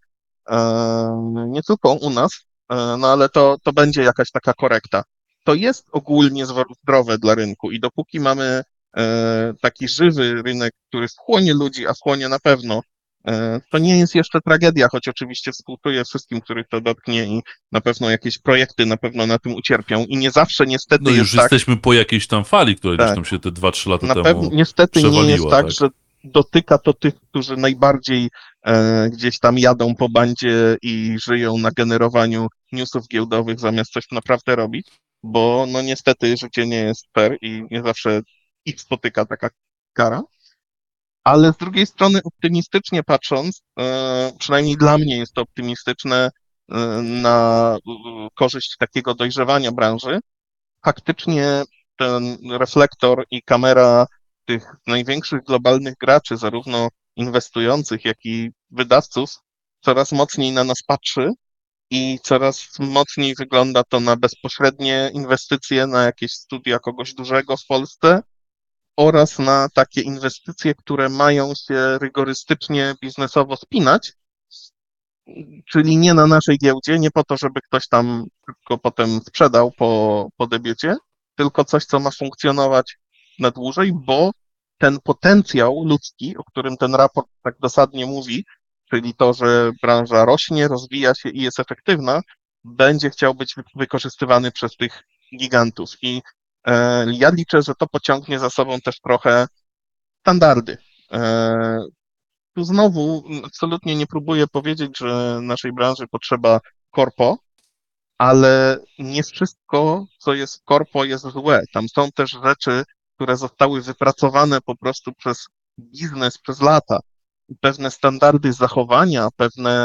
Nie tylko u nas, no ale to będzie jakaś taka korekta. To jest ogólnie zdrowe dla rynku i dopóki mamy taki żywy rynek, który wchłonie ludzi, a wchłonie na pewno, to nie jest jeszcze tragedia, choć oczywiście współczuję wszystkim, których to dotknie i na pewno jakieś projekty na pewno na tym ucierpią i nie zawsze niestety No już jest tak, jesteśmy po jakiejś tam fali, która gdzieś tam tak, się te 2-3 lata na pewno temu niestety nie jest przewaliła, tak, tak? że dotyka to tych, którzy najbardziej gdzieś tam jadą po bandzie i żyją na generowaniu newsów giełdowych zamiast coś naprawdę robić, bo no niestety życie nie jest fair i nie zawsze ich spotyka taka kara. Ale z drugiej strony optymistycznie patrząc, przynajmniej dla mnie jest to optymistyczne na korzyść takiego dojrzewania branży, faktycznie ten reflektor i kamera tych największych globalnych graczy, zarówno inwestujących, jak i wydawców, coraz mocniej na nas patrzy i coraz mocniej wygląda to na bezpośrednie inwestycje, na jakieś studia kogoś dużego w Polsce oraz na takie inwestycje, które mają się rygorystycznie biznesowo spinać, czyli nie na naszej giełdzie, nie po to, żeby ktoś tam szybko potem sprzedał po debiucie, tylko coś, co ma funkcjonować na dłużej, bo ten potencjał ludzki, o którym ten raport tak dosadnie mówi, czyli to, że branża rośnie, rozwija się i jest efektywna, będzie chciał być wykorzystywany przez tych gigantów. I ja liczę, że to pociągnie za sobą też trochę standardy. E, Tu znowu absolutnie nie próbuję powiedzieć, że naszej branży potrzeba korpo, ale nie wszystko, co jest w korpo, jest złe. Tam są też rzeczy, które zostały wypracowane po prostu przez biznes przez lata. Pewne standardy zachowania, pewne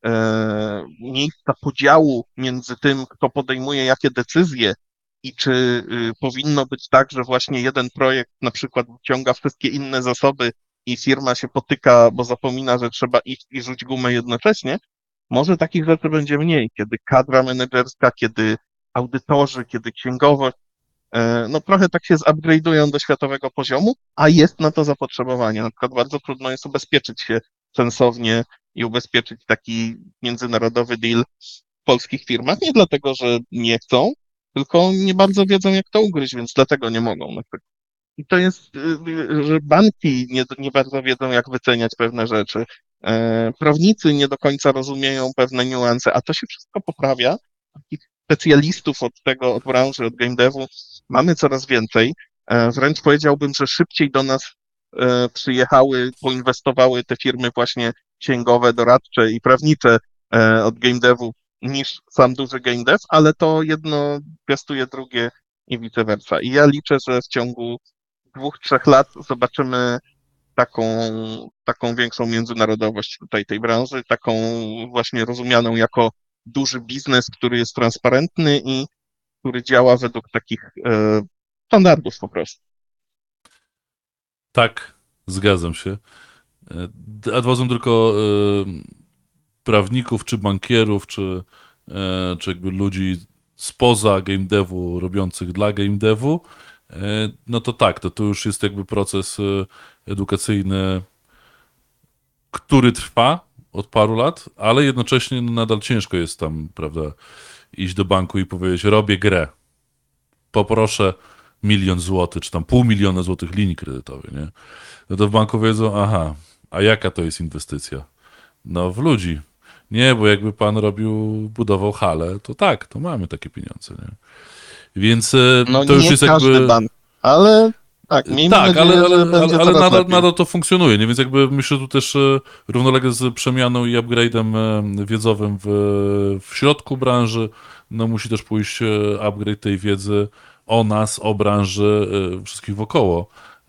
miejsca podziału między tym, kto podejmuje jakie decyzje i czy powinno być tak, że właśnie jeden projekt na przykład wyciąga wszystkie inne zasoby i firma się potyka, bo zapomina, że trzeba iść i rzuć gumę jednocześnie, może takich rzeczy będzie mniej, kiedy kadra menedżerska, kiedy audytorzy, kiedy księgowość, no trochę tak się zupgrade'ują do światowego poziomu, a jest na to zapotrzebowanie. Na przykład bardzo trudno jest ubezpieczyć się sensownie i ubezpieczyć taki międzynarodowy deal w polskich firmach, nie dlatego, że nie chcą, tylko nie bardzo wiedzą, jak to ugryźć, więc dlatego nie mogą. Na przykład. I to jest, że banki nie bardzo wiedzą, jak wyceniać pewne rzeczy. Prawnicy nie do końca rozumieją pewne niuanse, a to się wszystko poprawia. specjalistów od tego, od branży, od game devu mamy coraz więcej. Wręcz powiedziałbym, że szybciej do nas przyjechały, poinwestowały te firmy właśnie księgowe, doradcze i prawnicze od game devu niż sam duży game dev, ale to jedno piastuje drugie i vice versa. I ja liczę, że w ciągu 2-3 lat zobaczymy taką, taką większą międzynarodowość tutaj tej branży, taką właśnie rozumianą jako duży biznes, który jest transparentny i który działa według takich standardów po prostu. Tak, zgadzam się. Adwozem tylko prawników, czy bankierów, czy jakby ludzi spoza game devu, robiących dla game devu, no to tak, to już jest jakby proces edukacyjny, który trwa od paru lat, ale jednocześnie no, nadal ciężko jest tam, prawda, iść do banku i powiedzieć, robię grę, poproszę 1 000 000 złotych, czy tam 500 000 złotych linii kredytowej, nie? No to w banku wiedzą, aha, a jaka to jest inwestycja? No w ludzi. Nie, bo jakby pan budował halę, to tak, to mamy takie pieniądze, nie? Więc No to już nie jest każdy jakby... bank, ale tak, miejmy Tak, nadzieję, że będzie ale coraz lepiej. nadal to funkcjonuje, nie? Więc jakby myślę tu też równolegle z przemianą i upgrade'em wiedzowym w środku branży, no musi też pójść upgrade tej wiedzy o nas, o branży, wszystkich wokoło,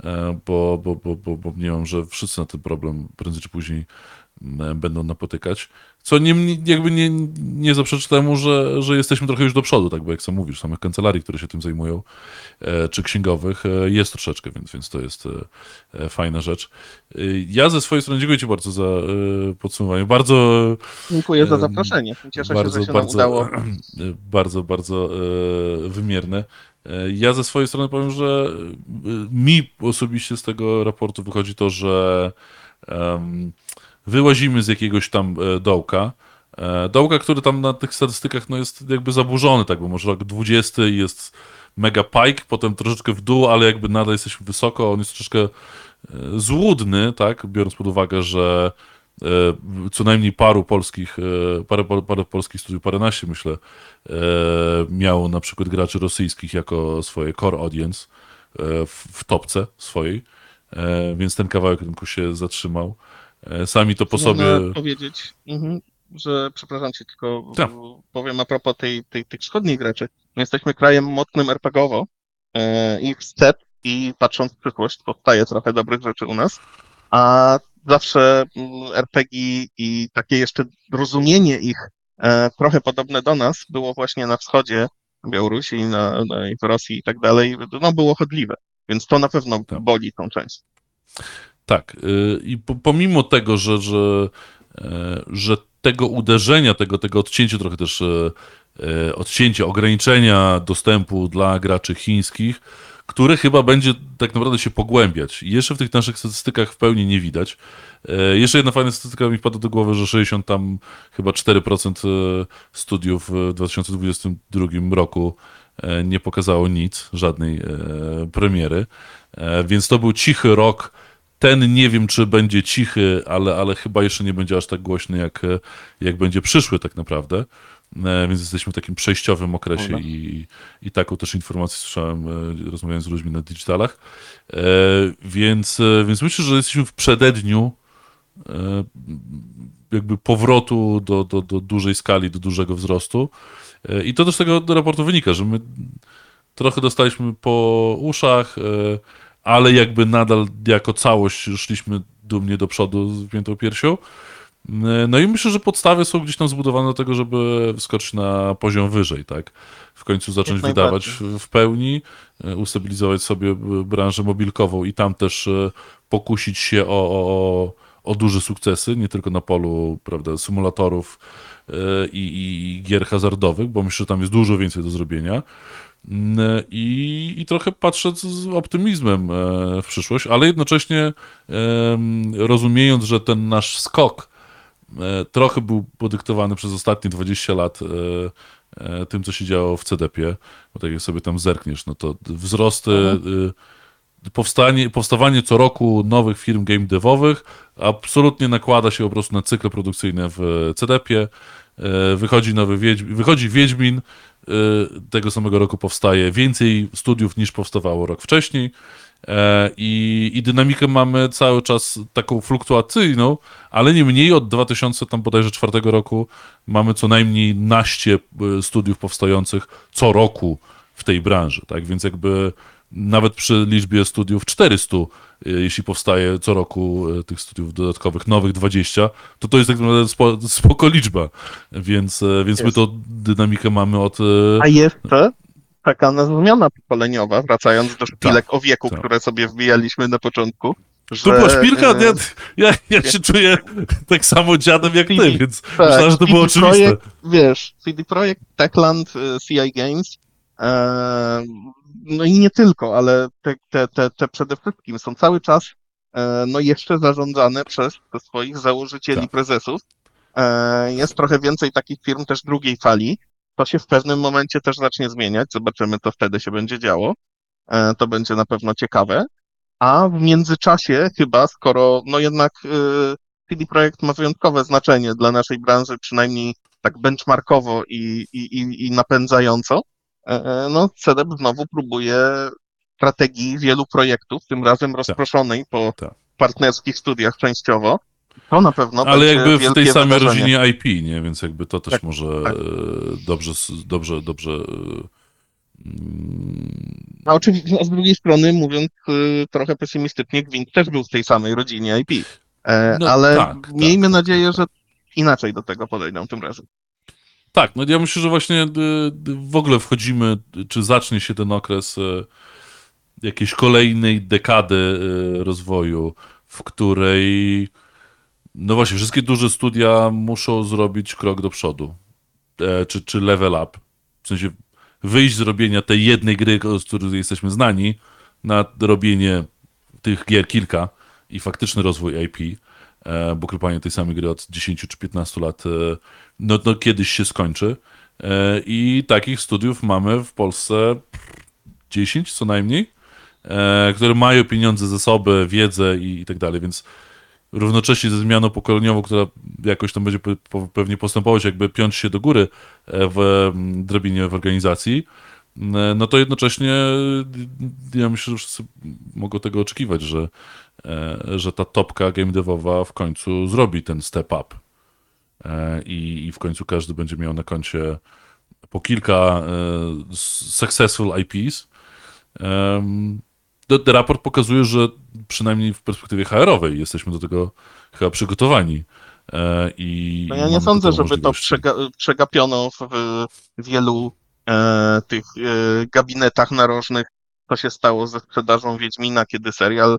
bo mniemam, że wszyscy na ten problem prędzej czy później będą napotykać. Co jakby nie zaprzeczy temu, że jesteśmy trochę już do przodu, tak, bo jak sam mówisz, samych kancelarii, które się tym zajmują, czy księgowych, jest troszeczkę, więc to jest fajna rzecz. Ja ze swojej strony dziękuję Ci bardzo za podsumowanie. Bardzo, Dziękuję za zaproszenie. Cieszę się, że się nam udało. bardzo wymierne. Ja ze swojej strony powiem, że mi osobiście z tego raportu wychodzi to, że wyłazimy z jakiegoś tam dołka. Dołka, który tam na tych statystykach no, jest jakby zaburzony, tak, bo może rok 20 jest mega pike, potem troszeczkę w dół, ale jakby nadal jesteśmy wysoko, on jest troszeczkę złudny, tak, biorąc pod uwagę, że co najmniej parę polskich studiów, paręnaście myślę, miało na przykład graczy rosyjskich jako swoje core audience w topce swojej, więc ten kawałek rynku się zatrzymał. Sami to po sobie... Można powiedzieć, że, przepraszam cię, tylko Tak. powiem a propos tych wschodnich graczy. My jesteśmy krajem mocnym RPGowo i wstecz, i patrząc w przyszłość, powstaje trochę dobrych rzeczy u nas, a zawsze RPG i takie jeszcze rozumienie ich trochę podobne do nas było właśnie na wschodzie, na Białorusi, i w Rosji i tak dalej, no było chodliwe. Więc to na pewno Tak. boli tą część. Tak. I pomimo tego, że tego uderzenia, tego odcięcia trochę też odcięcia, ograniczenia dostępu dla graczy chińskich, które chyba będzie tak naprawdę się pogłębiać. I jeszcze w tych naszych statystykach w pełni nie widać. Jeszcze jedna fajna statystyka mi wpadła do głowy, że 60 tam chyba 4% studiów w 2022 roku nie pokazało nic, żadnej premiery. Więc to był cichy rok. Ten nie wiem, czy będzie cichy, ale chyba jeszcze nie będzie aż tak głośny, jak będzie przyszły tak naprawdę. Więc jesteśmy w takim przejściowym okresie i taką też informację słyszałem, rozmawiając z ludźmi na digitalach. Więc myślę, że jesteśmy w przededniu jakby powrotu do dużej skali, do dużego wzrostu. I to też z tego raportu wynika, że my trochę dostaliśmy po uszach, ale jakby nadal jako całość szliśmy dumnie do przodu z wypiętą piersią. No i myślę, że podstawy są gdzieś tam zbudowane do tego, żeby wskoczyć na poziom wyżej, tak? W końcu zacząć wydawać w pełni, ustabilizować sobie branżę mobilkową i tam też pokusić się o duże sukcesy, nie tylko na polu, prawda, symulatorów i gier hazardowych, bo myślę, że tam jest dużo więcej do zrobienia. I trochę patrzę z optymizmem w przyszłość, ale jednocześnie rozumiejąc, że ten nasz skok trochę był podyktowany przez ostatnie 20 lat tym, co się działo w CDP-ie, bo tak jak sobie tam zerkniesz, no to wzrosty, powstawanie co roku nowych firm game devowych absolutnie nakłada się po prostu na cykle produkcyjne w CDP-ie, wychodzi Wiedźmin, tego samego roku powstaje więcej studiów niż powstawało rok wcześniej. I dynamikę mamy cały czas taką fluktuacyjną, ale nie mniej od 2000 tam bodajże 4 roku mamy co najmniej naście studiów powstających co roku w tej branży, tak? Więc jakby nawet przy liczbie studiów 400, jeśli powstaje co roku tych studiów dodatkowych, nowych 20, to jest tak naprawdę spoko liczba. Więc my to dynamikę mamy od... A jeszcze taka zmiana pokoleniowa, wracając do szpilek o wieku, tak. które sobie wbijaliśmy na początku, Tu że... była szpilka? Nie, ja się czuję tak samo dziadem jak ty, więc myślałem, że to było oczywiste. Projekt, wiesz, CD Projekt, Techland, CI Games, no i nie tylko, ale te przede wszystkim są cały czas no jeszcze zarządzane przez swoich założycieli, Tak. prezesów. Jest trochę więcej takich firm też drugiej fali. To się w pewnym momencie też zacznie zmieniać. Zobaczymy, co wtedy się będzie działo. To będzie na pewno ciekawe. A w międzyczasie chyba, skoro no jednak CD Projekt ma wyjątkowe znaczenie dla naszej branży, przynajmniej tak benchmarkowo i napędzająco, no CDEP znowu próbuje strategii wielu projektów, tym razem rozproszonej po tak. partnerskich studiach częściowo. To na pewno Ale będzie jakby w tej wielkie samej wydarzenie. rodzinie IP, nie? Więc jakby to też Tak, może tak. dobrze A oczywiście, a z drugiej strony, mówiąc trochę pesymistycznie, Gwint też był w tej samej rodzinie IP. no Ale tak, miejmy nadzieję, tak. że inaczej do tego podejdą tym razem. Tak, no ja myślę, że właśnie w ogóle wchodzimy, czy zacznie się ten okres jakiejś kolejnej dekady rozwoju, w której no właśnie, wszystkie duże studia muszą zrobić krok do przodu, czy level up. W sensie wyjść z robienia tej jednej gry, z której jesteśmy znani, na robienie tych gier kilka i faktyczny rozwój IP, bo klepanie tej samej gry od 10 czy 15 lat no kiedyś się skończy. I takich studiów mamy w Polsce 10 co najmniej, które mają pieniądze, zasoby, wiedzę i tak dalej, więc równocześnie ze zmianą pokoleniową, która jakoś tam będzie pewnie postępować, jakby piąć się do góry w drabinie w organizacji, no to jednocześnie ja myślę, że wszyscy mogą tego oczekiwać, że ta topka game devowa w końcu zrobi ten step up i w końcu każdy będzie miał na koncie po kilka successful IPs. Ten raport pokazuje, że przynajmniej w perspektywie HR-owej jesteśmy do tego chyba przygotowani. No ja nie mamy sądzę, do tego żeby to możliwości. przegapiono w wielu tych gabinetach narożnych, co się stało ze sprzedażą Wiedźmina, kiedy serial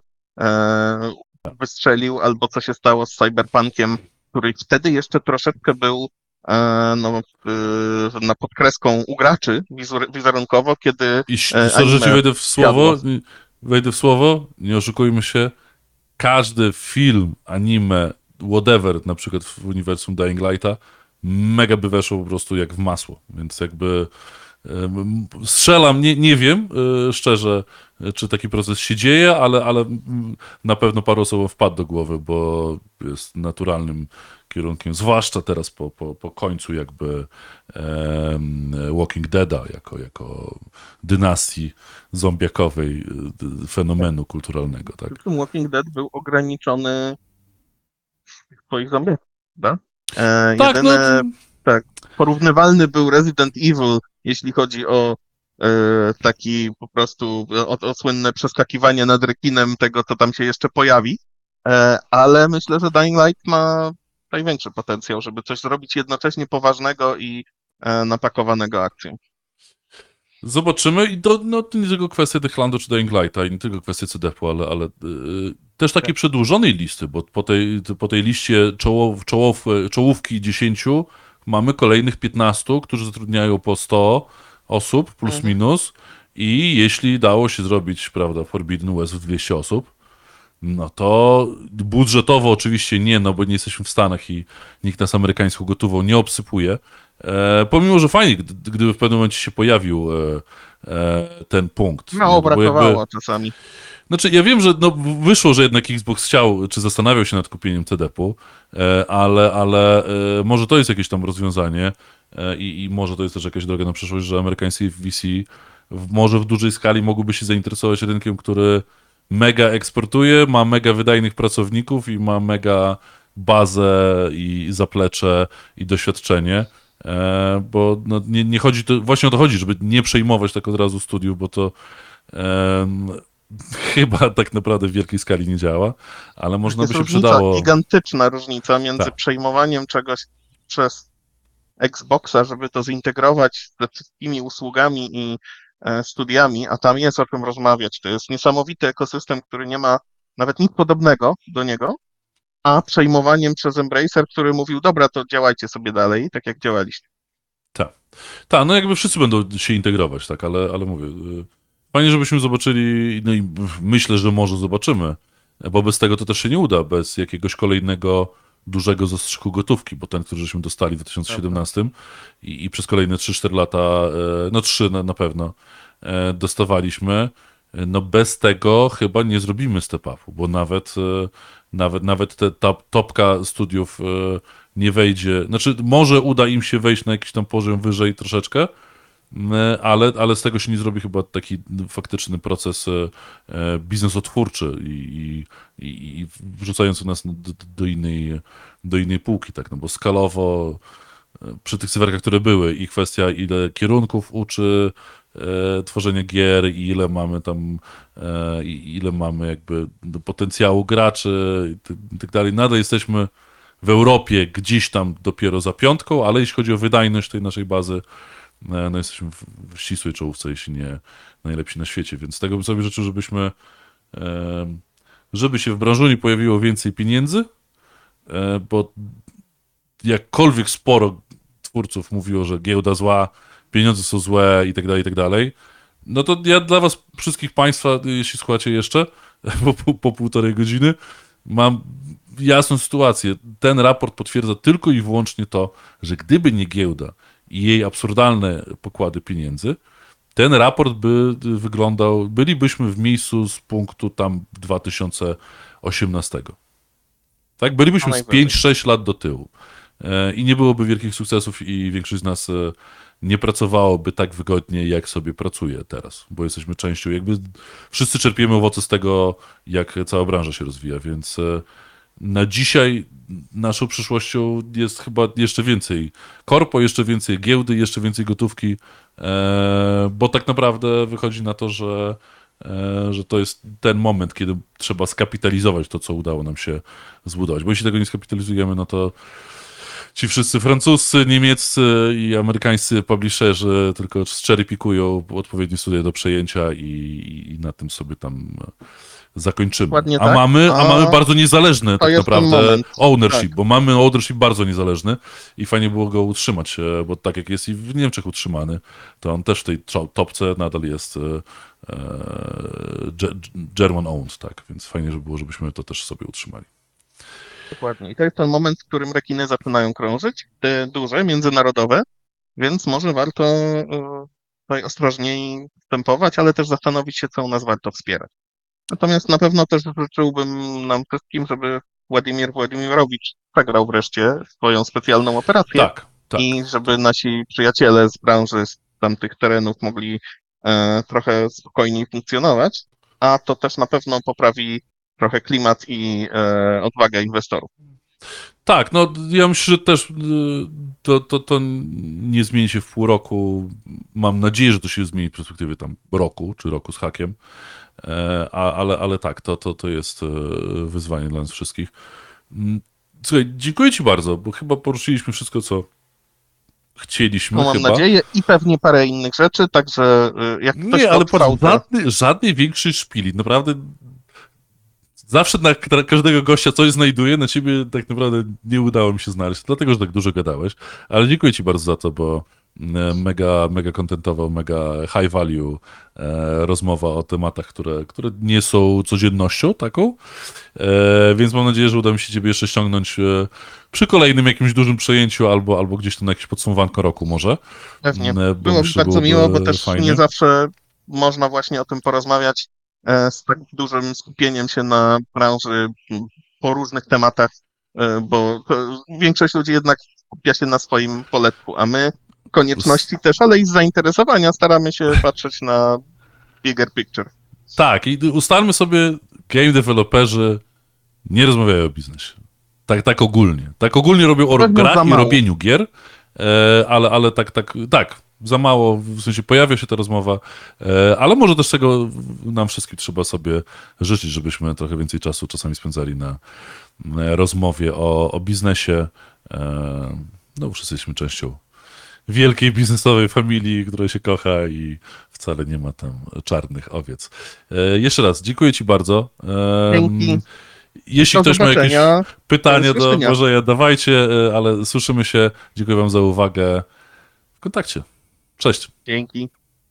wystrzelił, albo co się stało z Cyberpunkiem, który wtedy jeszcze troszeczkę był no, na podkreską u graczy wizerunkowo, kiedy Sorry, że ci anime siadło. wejdę w słowo, nie oszukujmy się, każdy film, anime, whatever, na przykład w uniwersum Dying Lighta, mega by weszło po prostu jak w masło, więc jakby strzelam, nie wiem szczerze, czy taki proces się dzieje, ale na pewno paru osobom wpadł do głowy, bo jest naturalnym kierunkiem, zwłaszcza teraz po końcu jakby Walking Deada jako dynastii zombiakowej, fenomenu kulturalnego, tak? Przy czym Walking Dead był ograniczony w swoich zombiach, prawda? Tak, no Jedyne, tak, porównywalny był Resident Evil, jeśli chodzi o taki po prostu o słynne przeskakiwanie nad rekinem tego, co tam się jeszcze pojawi, ale myślę, że Dying Light ma największy potencjał, żeby coś zrobić jednocześnie poważnego i napakowanego akcją. zobaczymy i to nie tylko kwestia Techlandu czy Dying Lighta i nie tylko kwestia CDP-u, ale też takiej przedłużonej listy, bo po tej liście czołówki 10 mamy kolejnych 15, którzy zatrudniają po 100 osób plus minus i jeśli dało się zrobić, prawda, Forbidden West w 200 osób, no to budżetowo oczywiście nie, no bo nie jesteśmy w Stanach i nikt nas amerykańską gotową nie obsypuje. Pomimo, że fajnie, gdyby w pewnym momencie się pojawił ten punkt. Mało Nie? Bo brakowało jakby, czasami. Znaczy, ja wiem, że no, wyszło, że jednak Xbox chciał, czy zastanawiał się nad kupieniem CD-u, ale może to jest jakieś tam rozwiązanie i może to jest też jakaś droga na przyszłość, że amerykańscy VC może w dużej skali mogłyby się zainteresować rynkiem, który mega eksportuje, ma mega wydajnych pracowników i ma mega bazę i zaplecze i doświadczenie. Bo no, nie chodzi to, właśnie o to chodzi, żeby nie przejmować tak od razu studiów, bo to em, chyba tak naprawdę w wielkiej skali nie działa, ale można Jest by się różnica, przydało. gigantyczna różnica między Tak, przejmowaniem czegoś przez Xboxa, żeby to zintegrować ze wszystkimi usługami i studiami, a tam jest o czym rozmawiać. To jest niesamowity ekosystem, który nie ma nawet nic podobnego do niego, a przejmowaniem przez Embracer, który mówił, dobra, to działajcie sobie dalej, tak jak działaliście. tak. Tak, no jakby wszyscy będą się integrować, tak, ale mówię, fajnie, żebyśmy zobaczyli, no i myślę, że może zobaczymy, bo bez tego to też się nie uda, bez jakiegoś kolejnego dużego zastrzyku gotówki, bo ten, który żeśmy dostali w Prawda? 2017 i przez kolejne 3-4 lata, no 3 na pewno, dostawaliśmy, no bez tego chyba nie zrobimy step-upu, bo nawet ta topka studiów nie wejdzie, znaczy może uda im się wejść na jakiś tam poziom wyżej troszeczkę, ale z tego się nie zrobi chyba taki faktyczny proces biznesotwórczy i wrzucający nas do innej półki, tak, no bo skalowo przy tych cyferkach, które były i kwestia ile kierunków uczy tworzenie gier i ile mamy tam ile mamy jakby potencjału graczy i tak dalej. Nadal jesteśmy w Europie gdzieś tam dopiero za piątką, ale jeśli chodzi o wydajność tej naszej bazy, no jesteśmy w ścisłej czołówce, jeśli nie najlepsi na świecie, więc tego bym sobie życzył, żeby się w branżuni pojawiło więcej pieniędzy, bo jakkolwiek sporo twórców mówiło, że giełda zła, pieniądze są złe i tak dalej, no to ja dla was, wszystkich państwa, jeśli słuchacie jeszcze, po 1,5 godziny, mam jasną sytuację. Ten raport potwierdza tylko i wyłącznie to, że gdyby nie giełda i jej absurdalne pokłady pieniędzy, ten raport by wyglądał, bylibyśmy w miejscu z punktu tam 2018. Tak? A Bylibyśmy z najwyżej. 5-6 lat do tyłu. I nie byłoby wielkich sukcesów i większość z nas nie pracowałoby tak wygodnie, jak sobie pracuje teraz, bo jesteśmy częścią, jakby wszyscy czerpiemy owoce z tego, jak cała branża się rozwija, więc na dzisiaj naszą przyszłością jest chyba jeszcze więcej korpo, jeszcze więcej giełdy, jeszcze więcej gotówki, bo tak naprawdę wychodzi na to, że to jest ten moment, kiedy trzeba skapitalizować to, co udało nam się zbudować. Bo jeśli tego nie skapitalizujemy, no to ci wszyscy francuscy, niemieccy i amerykańscy publisherzy tylko cherry-pikują odpowiednie studia do przejęcia i na tym sobie tam zakończymy. Dokładnie A tak. mamy bardzo niezależne To tak jest ten naprawdę moment. ownership, Tak. bo mamy ownership bardzo niezależny i fajnie było go utrzymać, bo tak jak jest i w Niemczech utrzymany, to on też w tej topce nadal jest German owned, tak, więc fajnie, żeby było, żebyśmy to też sobie utrzymali. Dokładnie. I to jest ten moment, w którym rekiny zaczynają krążyć, te duże, międzynarodowe, więc może warto tutaj ostrożniej wstępować, ale też zastanowić się, co u nas warto wspierać. Natomiast na pewno też życzyłbym nam wszystkim, żeby Władimir Władimirowicz przegrał wreszcie swoją specjalną operację Tak, tak. i żeby nasi przyjaciele z branży, z tamtych terenów mogli trochę spokojniej funkcjonować, a to też na pewno poprawi trochę klimat i odwagę inwestorów. Tak, no ja myślę, że też to nie zmieni się w pół roku. Mam nadzieję, że to się zmieni w perspektywie tam roku, czy roku z hakiem. Ale tak, to jest wyzwanie dla nas wszystkich. Słuchaj, dziękuję ci bardzo, bo chyba poruszyliśmy wszystko, co chcieliśmy No mam chyba. nadzieję i pewnie parę innych rzeczy, także jak ktoś Nie, ale patrz, potrwał, to żadnej większej szpili. Naprawdę zawsze na każdego gościa coś znajduję, na ciebie tak naprawdę nie udało mi się znaleźć, dlatego, że tak dużo gadałeś, ale dziękuję ci bardzo za to, bo mega contentowo, mega high value rozmowa o tematach, które nie są codziennością taką, więc mam nadzieję, że uda mi się ciebie jeszcze ściągnąć przy kolejnym jakimś dużym przejęciu albo gdzieś tam na jakieś podsumowanko roku może, pewnie bo było mi myślę, że bardzo miło, bo byłoby też fajnie. nie zawsze można właśnie o tym porozmawiać z tak dużym skupieniem się na branży po różnych tematach, bo większość ludzi jednak skupia się na swoim poletku, a my konieczności też, ale i z zainteresowania staramy się patrzeć na bigger picture. Tak, i ustalmy sobie, game developerzy nie rozmawiają o biznesie. Tak ogólnie. Tak ogólnie robią o Pewno za grach i mało. robieniu gier, ale tak, za mało, w sensie pojawia się ta rozmowa, ale może też tego nam wszystkim trzeba sobie życzyć, żebyśmy trochę więcej czasu czasami spędzali na rozmowie o biznesie. No, wszyscy jesteśmy częścią wielkiej biznesowej familii, której się kocha i wcale nie ma tam czarnych owiec. Jeszcze raz, dziękuję Ci bardzo. Dzięki. Jeśli Do ktoś ma jakieś zobaczenia. pytanie Do do słyszenia. Bożeja, dawajcie, ale słyszymy się. Dziękuję Wam za uwagę. W kontakcie. Cześć. Dzięki.